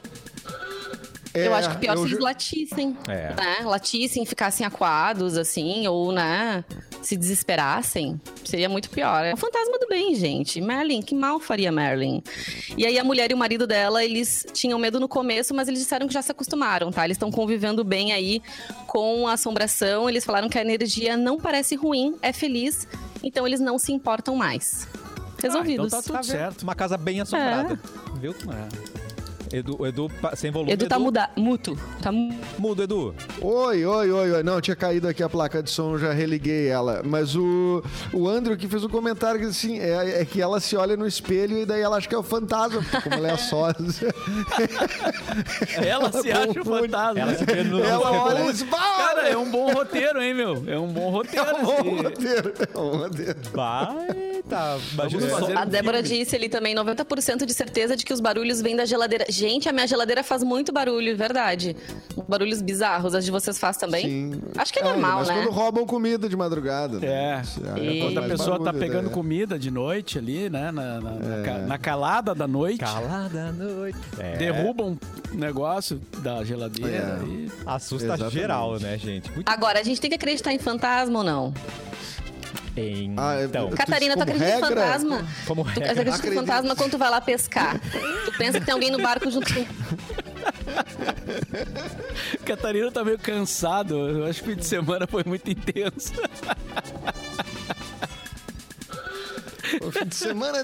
eu acho que pior eu se eles ju- latissem, É. né? Latissem, ficassem acuados, assim, ou, né, se desesperassem. Seria muito pior. É o fantasma do bem, gente. Marilyn, que mal faria Marilyn? E aí a mulher e o marido dela, eles tinham medo no começo, mas eles disseram que já se acostumaram, tá? Eles estão convivendo bem aí com a assombração. Eles falaram que a energia não parece ruim, é feliz, então eles não se importam mais. Resolvidos. então tá tudo Tá vendo? certo. Uma casa bem assombrada. Viu? É. Edu, o Edu pa- sem volume. Edu tá muda, muto. Tá mu- Mudo, Edu. Oi, oi, oi, oi. Não, tinha caído aqui a placa de som, eu já religuei ela. Mas o, o Andrew que fez um comentário que assim, é, é que ela se olha no espelho e daí ela acha que é o fantasma, porque como ela é a sósia. Ela se acha o confunde. fantasma. Ela se vê no- Ela no olha e reflexo. diz, "Bah!" Cara, é um bom roteiro, hein, meu? É um bom roteiro. É um bom assim. roteiro, é um roteiro. Vai, tá. Imagina Vamos só. fazer- A Débora filme. disse ali também, noventa por cento de certeza de que os barulhos vêm da geladeira. Gente, a minha geladeira faz muito barulho, verdade. Barulhos bizarros, as de vocês faz também? Sim. Acho que é normal, mas né? quando roubam comida de madrugada. né? É. Isso, E- faz Quando a mais pessoa tá barulho, pegando né? comida de noite ali, né? Na, na, na ca- na calada da noite. Calada noite. É. Derruba um negócio da geladeira. É. E... Assusta Exatamente. geral, né, gente? Muito Agora, a gente tem que acreditar em fantasma ou não? bem. Ah, é- Então, Tu- Catarina, tu como acredita em regra- fantasma? como Tu regra. acredita em Acredito. fantasma quando tu vai lá pescar? Tu pensa que tem alguém no barco junto com... Catarina tá meio cansado. Eu acho que o fim de semana foi muito intenso. O fim de semana.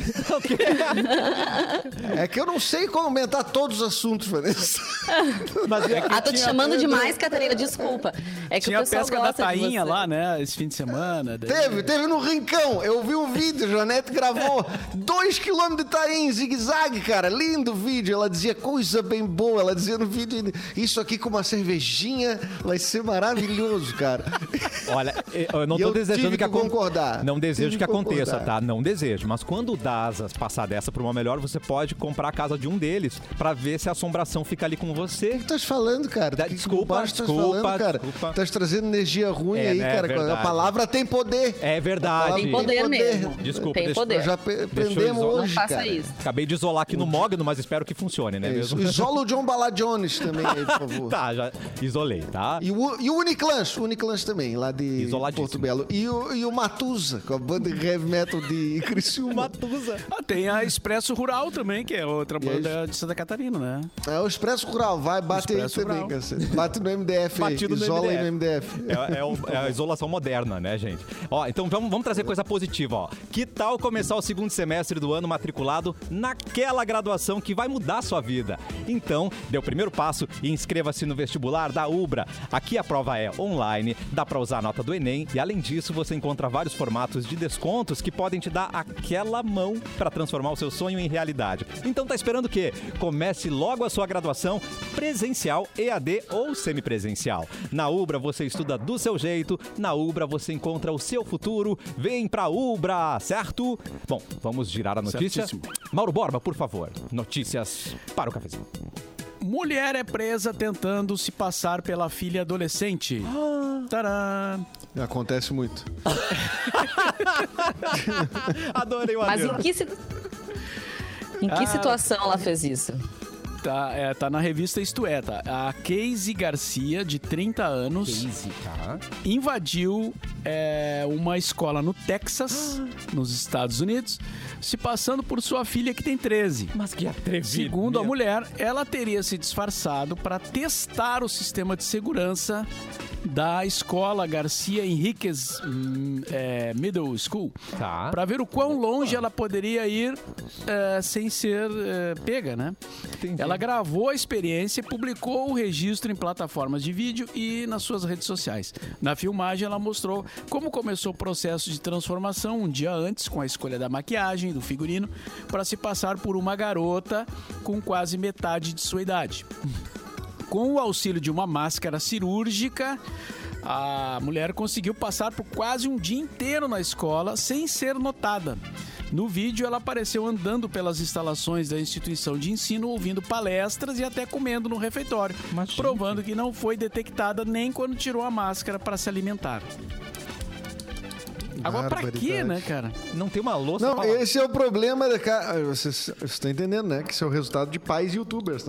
É que eu não sei comentar todos os assuntos, Vanessa. Mas é que Ah, tô te tinha- chamando demais, Catarina, desculpa. É que Tinha o a pessoal pesca da gosta de tainha você. lá, né? Esse fim de semana. daí- Teve, teve no Rincão. Eu vi um vídeo, Janete gravou dois quilômetros de tainha em zigue-zague, cara. Lindo vídeo. Ela dizia coisa bem boa. Ela dizia no vídeo, isso aqui com uma cervejinha vai ser maravilhoso, cara. Olha, eu não E tô eu desejando tive que, que acon- concordar. Não desejo Tive que que aconteça, concordar. tá? Não desejo. Mas quando o Dazas passar dessa pra uma melhor, você pode comprar a casa de um deles pra ver se a assombração fica ali com você. O que tu estás falando, cara? Da- Que desculpa, bobagem tu estás desculpa, falando, cara? desculpa. Estás trazendo energia ruim É, aí, né, cara. verdade. A palavra tem poder. É verdade. Tem poder Poder. mesmo. Desculpa, Tem deixa- poder. Já pe- Deixa eu aprendemos isolar. Não hoje, faça cara. isso. Acabei de isolar aqui no Mogno, mas espero que funcione, né? É isso. mesmo? Isola o John Bala Jones também aí, por favor. Tá, já isolei, tá? E o, e o Uniclans, o Uniclans também, lá de Isoladíssimo. Porto Belo. E o, e o Matusa, com a banda de heavy metal de Criciúma. Matusa. Ah, tem a Expresso Rural também, que é outra E aí? banda de Santa Catarina, né? É o Expresso Rural, vai, bate Expresso aí também, Rural. cacete. Bate no M D F aí, Batido no isola aí no M D M F. D F. É, é o- é a isolação moderna, né, gente? Ó, então vamos, vamos trazer coisa positiva, ó. Que tal começar o segundo semestre do ano matriculado naquela graduação que vai mudar a sua vida? Então, dê o primeiro passo e inscreva-se no vestibular da Ubra. Aqui a prova é online, dá pra usar a nota do Enem e, além disso, você encontra vários formatos de descontos que podem te dar aquela mão pra transformar o seu sonho em realidade. Então tá esperando o quê? Comece logo a sua graduação presencial, E A D ou semipresencial. Na Ubra você estuda do seu jeito, na Ubra você encontra o seu futuro. Vem pra Ubra, certo? Bom, vamos girar a notícia. Certíssimo. Mauro Borba, por favor. Notícias para o cafezinho. Mulher é presa tentando se passar pela filha adolescente. Tadã! Acontece muito. Adorei o Mas adendo. em que, si- em que Ah. situação ela fez isso? Tá, é, tá na revista Isto É, tá? A Casey Garcia, de trinta anos, Easy, tá? invadiu é, uma escola no Texas, nos Estados Unidos, se passando por sua filha que tem treze. Mas que atrevido. Segundo a mulher, ela teria se disfarçado para testar o sistema de segurança da escola Garcia Henriquez hum, é, Middle School, Tá. para ver o quão longe ela poderia ir é, sem ser é, pega, né? Entendi. Ela gravou a experiência e publicou o registro em plataformas de vídeo e nas suas redes sociais. Na filmagem, ela mostrou como começou o processo de transformação um dia antes, com a escolha da maquiagem, do figurino, para se passar por uma garota com quase metade de sua idade. Com o auxílio de uma máscara cirúrgica, a mulher conseguiu passar por quase um dia inteiro na escola sem ser notada. No vídeo, ela apareceu andando pelas instalações da instituição de ensino, ouvindo palestras e até comendo no refeitório, Mas, gente. provando que não foi detectada nem quando tirou a máscara para se alimentar. Agora, pra quê, Barbaridade. né, cara? Não tem uma louça Não, pra lavar. esse é o problema. Da, cara, vocês, vocês estão entendendo, né? Que isso é o resultado de pais youtubers, né?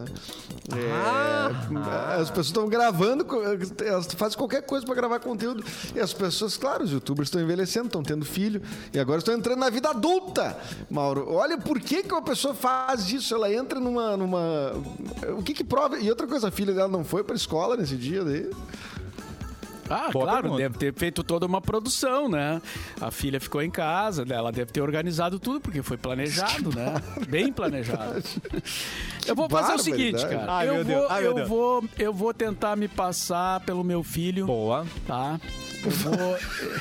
É, as pessoas estão gravando, co- elas fazem qualquer coisa pra gravar conteúdo. E as pessoas, claro, os youtubers estão envelhecendo, estão tendo filho e agora estão entrando na vida adulta. Mauro, olha por que, que uma pessoa faz isso. Ela entra numa. numa... O que que prova? E outra coisa, a filha dela não foi pra escola nesse dia daí. Ah, Boa claro, pergunta. deve ter feito toda uma produção, né? A filha ficou em casa, né? Ela deve ter organizado tudo, porque foi planejado, né? Bem planejado. Eu vou fazer o seguinte, barbaridade. cara. Ai, eu, meu vou, Deus. Ai, meu eu, Deus. vou, eu vou tentar me passar pelo meu filho, Boa. tá? Eu vou...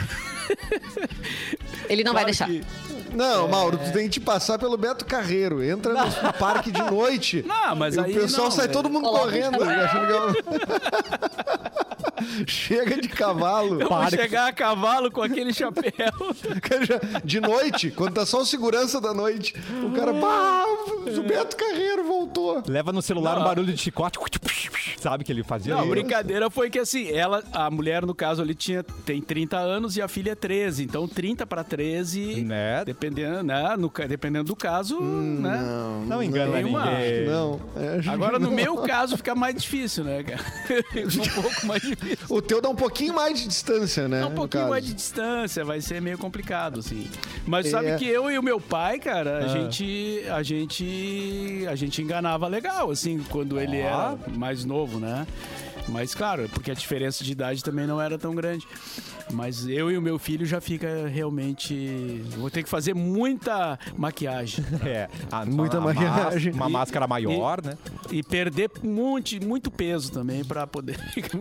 Ele não vai Claro deixar. que- Não, Mauro, tu tem que te passar pelo Beto Carreiro. Entra no, no parque de noite. Não, mas e aí o pessoal não, sai é- todo mundo Coloca correndo. um achando que é um- Chega de cavalo. Eu vou chegar a cavalo com aquele chapéu. De noite, quando tá só o segurança da noite, o cara, pá, o Beto Carreiro voltou. Leva no celular Não. um barulho de chicote. Sabe que ele fazia? Não, a isso? brincadeira foi que assim, ela, a mulher, no caso, ali tinha, tem trinta anos e a filha é treze. Então, trinta para treze, Né? dependendo, né, no, ca- dependendo do caso, né? Não engana Tem uma- ninguém. Não. é, Agora, no não. meu caso, fica mais difícil, né, cara? Fica um pouco mais difícil. O teu dá um pouquinho mais de distância, né? É um no pouquinho caso. mais de distância, vai ser meio complicado, assim. Mas sabe É. que eu e o meu pai, cara, a Ah. gente a gente a gente enganava legal, assim, quando ele Ó. era mais novo, né? Mas claro, porque a diferença de idade também não era tão grande. Mas eu e o meu filho já fica realmente... Vou ter que fazer muita maquiagem. É, a, Muita a, a maquiagem. Uma E- máscara maior, e- né? E perder muito, muito peso também pra poder ficar...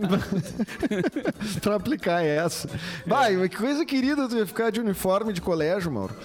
Pra aplicar essa. Vai, mas que coisa querida tu ia ficar de uniforme de colégio, Mauro.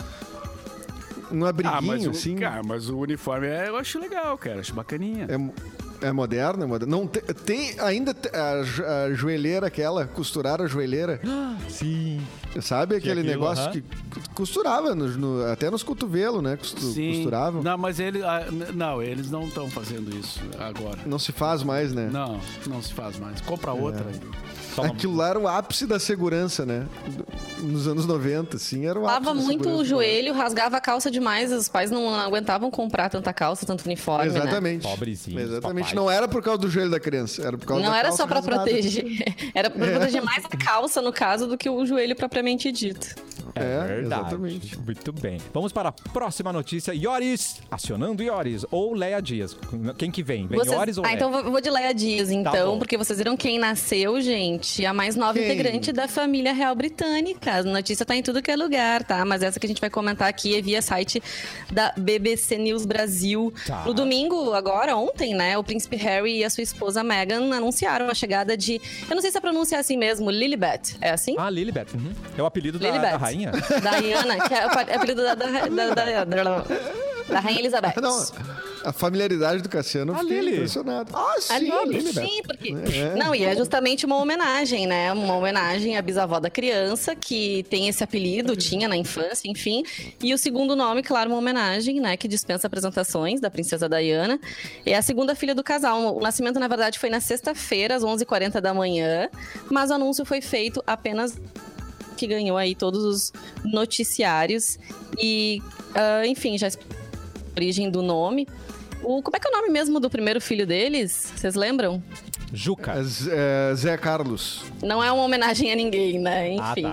Um abriguinho, Ah, mas o, assim. cara, mas o uniforme é, eu acho legal, cara. Acho bacaninha. É, é moderno, é moderno. Não tem, tem ainda te- a, jo- a joelheira aquela, costurar a joelheira. Sim. Sabe aquele aquilo, negócio aham. que costurava no- no- até nos cotovelos, né? Costu, Sim. Costuravam. Não. Não, mas ele, ah, n- não, eles não estão fazendo isso agora. se faz mais, né? Não, não se faz mais. Compra outra. Só uma- Aquilo lá era o ápice da segurança, né? Nos anos noventa, assim, era o ápice Lava da muito segurança. o joelho, rasgava a calça demais. Os pais não aguentavam comprar tanta calça, tanto uniforme, né? Exatamente. Pobrezinhos, Exatamente. papais. Não era por causa do joelho da criança, era por causa Não da era calça só pra rasgada. proteger. Era pra proteger mais a calça, no caso, do que o joelho propriamente dito. É, É, verdade. exatamente. Muito bem. Vamos para a próxima notícia. Ioris, acionando Ioris ou Leia Dias. Quem que vem? Vem Vocês- Ioris ou Ah, Leia? então eu vou de Leia Dias, então, bom. porque vocês viram quem nasceu, gente? A mais nova Quem? integrante da família real britânica. A notícia tá em tudo que é lugar, tá? Mas essa que a gente vai comentar aqui é via site da B B C News Brasil. Tá. No domingo, agora, ontem, né? O príncipe Harry e a sua esposa Meghan anunciaram a chegada de... Eu não sei se a pronúncia é assim mesmo, Lilibet. É assim? Ah, Lilibet. Uhum. É o apelido da, Lilibet. da rainha? Diana, que é o apelido da, da, da, da, da, da Rainha Elizabeth. Não, a familiaridade do Cassiano, eu A fiquei Lili. impressionado. Ah, sim, A Lili, Lilibet. sim, porque... É. Não, e é justamente uma homenagem, né? Uma homenagem à bisavó da criança, que tem esse apelido, tinha na infância, enfim. E o segundo nome, claro, uma homenagem, né? Que dispensa apresentações, da princesa Diana. É a segunda filha do casal. O nascimento, na verdade, foi na sexta-feira, às onze e quarenta da manhã. Mas o anúncio foi feito apenas... que ganhou aí todos os noticiários. E, ah, enfim, já expliquei a origem do nome. O, como é que é o nome mesmo do primeiro filho deles? Vocês lembram? Juca. É Z- é, Zé Carlos. Não é uma homenagem a ninguém, né? Ah, Enfim. tá.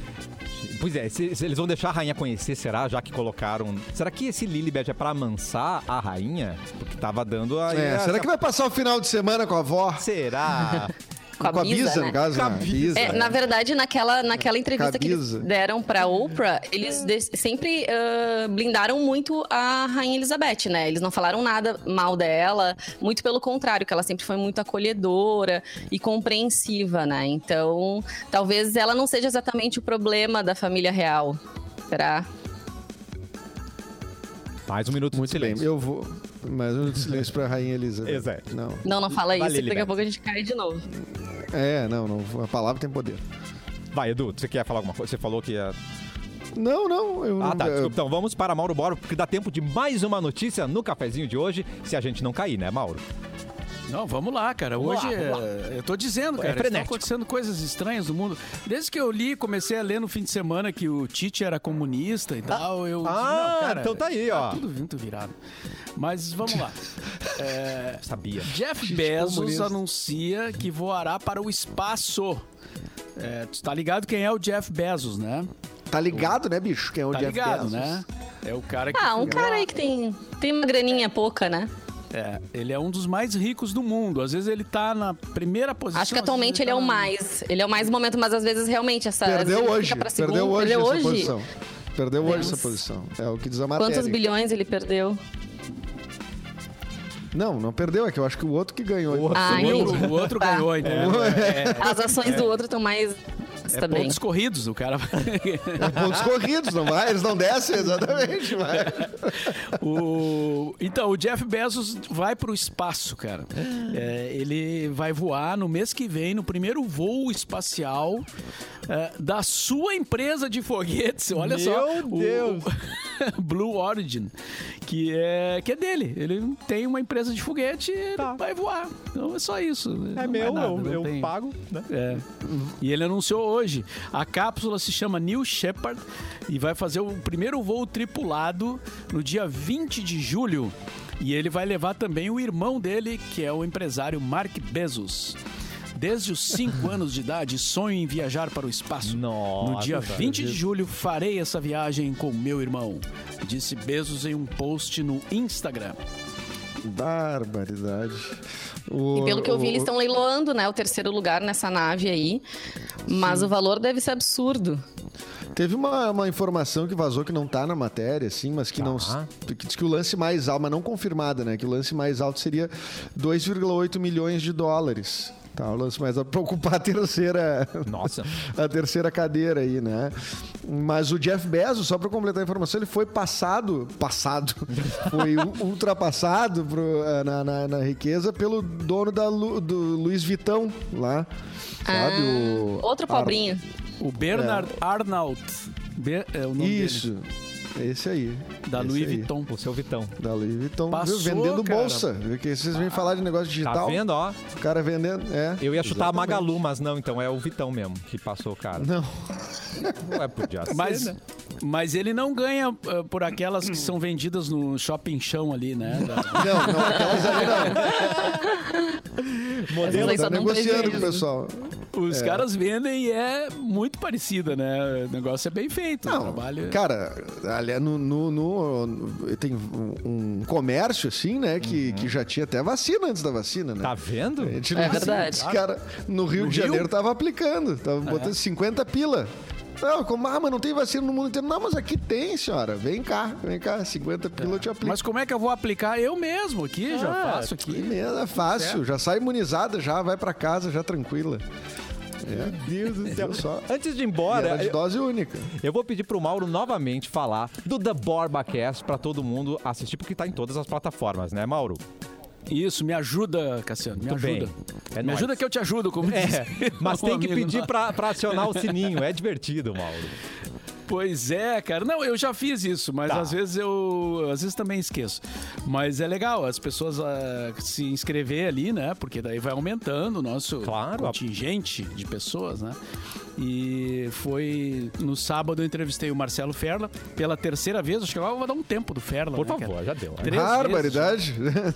Pois é, se, se eles vão deixar a rainha conhecer, será? Já que colocaram... Será que esse Lilibet é pra amansar a rainha? Porque tava dando a... É, será que vai passar o final de semana com a avó? Será? Com a Bisa, no né? caso, Com a né? Bisa. Bisa. É, na verdade, naquela, naquela entrevista que Cabisa. eles deram pra Oprah, eles de- sempre ah, blindaram muito a Rainha Elizabeth, né? Eles não falaram nada mal dela, muito pelo contrário, que ela sempre foi muito acolhedora e compreensiva, né? Então, talvez ela não seja exatamente o problema da família real. Será? Mais um minuto de Muito bem, silêncio. eu vou. Mais um silêncio pra Rainha Elizabeth. Exato. Não. Não, não fala isso, Vai, que daqui Lilibet. a pouco a gente cai de novo. É, não, não. A palavra tem poder. Vai, Edu, você quer falar alguma coisa? Você falou que ia... Não, não. Eu, Ah, tá. eu- Desculpa. Então, vamos para Mauro Borba, porque dá tempo de mais uma notícia no cafezinho de hoje, se a gente não cair, né, Mauro? Não, vamos lá, cara. Vamos Hoje, lá, vamos é- eu tô dizendo, É cara, estão frenético. acontecendo coisas estranhas no mundo. Desde que eu li, comecei a ler no fim de semana que o Tite era comunista e tal, eu... ah, não, cara, então tá aí, ó. tudo muito virado. Mas vamos lá. É, Sabia. Jeff Tite Bezos comunista. anuncia que voará para o espaço. É, tu tá ligado quem é o Jeff Bezos, né? Tá ligado, né, bicho? Quem é o Tá Jeff ligado, Bezos? né? É o cara que... Ah, um cara aí que tem, tem uma graninha pouca, né? É, ele é um dos mais ricos do mundo. Às vezes ele tá na primeira posição. Acho que às vezes atualmente ele é tá o na- mais. Ele é o mais no momento, mas às vezes realmente essa. às Perdeu vezes ele hoje. fica pra segundo, Perdeu hoje perdeu essa hoje. posição. Perdeu hoje Deus. essa posição. É o que diz a matéria. Quantos bilhões ele perdeu? Não, não perdeu. É que eu acho que o outro que ganhou. O outro. Ah, O outro, entendi. o outro Tá. ganhou, então. As ações do outro estão mais. É também. pontos corridos, o cara. É pontos corridos, não vai? Eles não descem, exatamente. Vai. o... Então, o Jeff Bezos vai pro espaço, cara. É, ele vai voar no mês que vem, no primeiro voo espacial é, da sua empresa de foguetes. Olha Meu só. o- Deus. Blue Origin, que é, que é dele. Ele tem uma empresa de foguete e ele Tá. vai voar. Então é só isso. É Não meu, nada, eu, não eu tem- pago, né? É. E ele anunciou hoje. A cápsula se chama New Shepard e vai fazer o primeiro voo tripulado no dia vinte de julho. E ele vai levar também o irmão dele, que é o empresário Mark Bezos. Desde os cinco anos de idade, sonho em viajar para o espaço. Nossa, No dia cara. vinte de julho, farei essa viagem com meu irmão, disse Bezos em um post no Instagram. Barbaridade. O, E pelo que eu vi, o, eles estão leiloando, né, o terceiro lugar nessa nave aí. Mas Sim. o valor deve ser absurdo. Teve uma, uma informação que vazou que não tá na matéria, assim, mas que ah. não. Que diz que o lance mais alto, mas não confirmada, né? Que o lance mais alto seria dois vírgula oito milhões de dólares. Tá, o lance mais alto para ocupar a terceira. Nossa. a terceira cadeira aí, né? Mas o Jeff Bezos, só para completar a informação, ele foi passado. Passado. Foi ultrapassado pro, na, na, na riqueza pelo dono da, do Louis Vuitton lá. Sabe? Ah, o, outro pobrinho. Ar... O Bernard é. Arnault. Be... É o nome Isso. dele. Esse aí. Da esse Louis aí. Vuitton. O seu Vitão. Da Louis Vuitton. Passou, viu? Vendendo cara. bolsa. Porque vocês vêm falar de negócio digital. Tá vendo, ó? O cara vendendo. É, eu ia chutar exatamente. a Magalu, mas não, então é o Vitão mesmo que passou o cara. Não. Ué, podia ser, mas, né? mas ele não ganha uh, por aquelas que são vendidas no shopping chão ali, né? Da... Não, não, aquelas ali não. Modelo tá negociando com o pessoal. Os é. caras vendem e é muito parecida, né? O negócio é bem feito. Não, o trabalho... Cara, ali no, no, no, tem um, um comércio, assim, né? Que, uhum. que já tinha até vacina antes da vacina, né? Tá vendo? A gente é não, verdade. Os cara, no Rio no de Rio? Janeiro tava aplicando. Tava é. botando cinquenta pila. Não, como, ah, mas não tem vacina no mundo inteiro. Não, mas aqui tem, senhora. Vem cá, vem cá. cinquenta pila eu te aplico. Mas como é que eu vou aplicar? Eu mesmo aqui, ah, já faço aqui. Mesmo, é fácil. Certo. Já sai imunizada, já vai pra casa, já tranquila. É. Meu Deus do céu. Só. Antes de ir embora, e era de dose eu, única. Eu vou pedir pro Mauro novamente falar do The BorbaCast pra todo mundo assistir, porque tá em todas as plataformas, né, Mauro? Isso, me ajuda, Cassiano, me Muito ajuda. É me nóis. ajuda que eu te ajudo, como é, diz. Mas tem que pedir pra, pra acionar o sininho, é divertido, Mauro. Pois é, cara. Não, eu já fiz isso, mas tá. às vezes eu... Às vezes também esqueço. Mas é legal as pessoas uh, se inscrever ali, né? Porque daí vai aumentando o nosso claro. contingente de pessoas, né? E foi... No sábado eu entrevistei o Marcelo Ferla pela terceira vez. Acho que agora eu vou dar um tempo do Ferla, Por né, favor, cara? já deu. Três Barbaridade.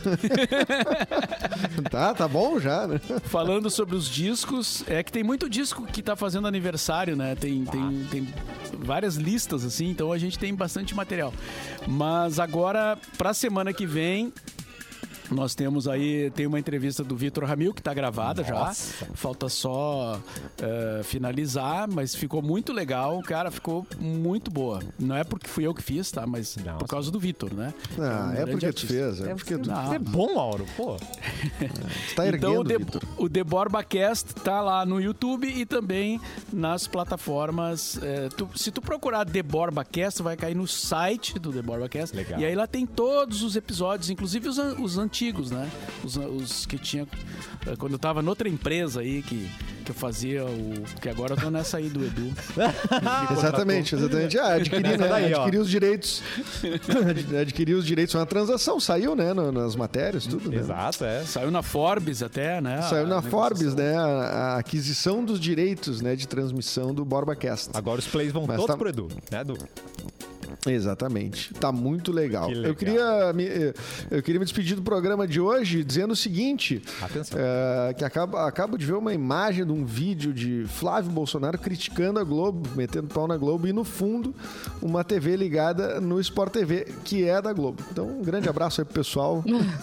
tá, tá bom já, né? Falando sobre os discos, é que tem muito disco que tá fazendo aniversário, né? Tem, ah. tem, tem várias listas, assim, então a gente tem bastante material. Mas agora, pra semana que vem, nós temos aí, tem uma entrevista do Vitor Ramil, que tá gravada. Nossa. Já. Falta só uh, finalizar, mas ficou muito legal, cara, ficou muito boa. Não é porque fui eu que fiz, tá? Mas Nossa. por causa do Vitor, né? Não, é, um é porque artista. tu fez, é, é porque tu... Não, é bom, Mauro, pô. Você tá erguendo, então, o The, Vitor. o The BorbaCast tá lá no YouTube e também nas plataformas. É, tu, se tu procurar The BorbaCast, vai cair no site do The BorbaCast. Legal. E aí lá tem todos os episódios, inclusive os, os antigos, né? Os, os que tinha... Quando eu tava noutra empresa aí, que, que eu fazia o... Que agora eu tô nessa aí do Edu. Exatamente, exatamente. Ah, adquirir, né? Daí, adquirir os direitos. Adquirir os direitos. Foi uma transação, saiu, né? Nas matérias, tudo, né? Exato, é. Saiu na Forbes até, né? Saiu na Forbes, né? A, a aquisição dos direitos, né? De transmissão do BorbaCast. Agora os plays vão Mas todos tá... pro Edu, né, Edu? Exatamente. Tá muito legal. Que legal. Eu queria me, eu queria me despedir do programa de hoje dizendo o seguinte. Atenção. É, que acabo, acabo de ver uma imagem de um vídeo de Flávio Bolsonaro criticando a Globo, metendo pau na Globo, e no fundo uma T V ligada no Sport T V, que é da Globo. Então, um grande abraço aí pro pessoal.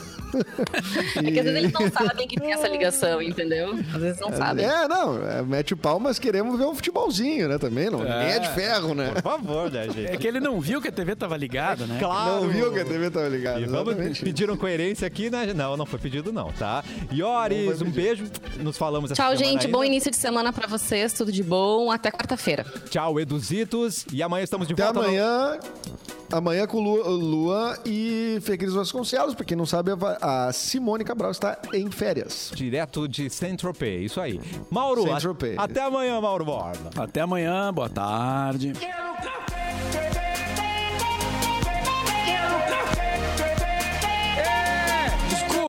É que às vezes eles não sabem que tem essa ligação, entendeu? Às vezes não sabem. É, não, é, mete o pau, mas queremos ver um futebolzinho, né, também, não é, é de ferro, né? Por favor, né, gente? É que ele não viu que a T V tava ligada, né? Claro. Não viu que a T V tava ligada. E vamos, pediram coerência aqui, né? Não, não foi pedido não, tá? Ioris, um beijo, nos falamos essa Tchau, semana gente, ainda. bom início de semana pra vocês, tudo de bom, até quarta-feira. Tchau, Eduzitos, e amanhã estamos de até volta. Até amanhã... No... Amanhã com Lua, Lua e Fê Cris Vasconcelos. Pra quem não sabe, a Simone Cabral está em férias. Direto de Saint-Tropez, isso aí. Mauro, a, até amanhã, Mauro Borba. Até amanhã, boa tarde.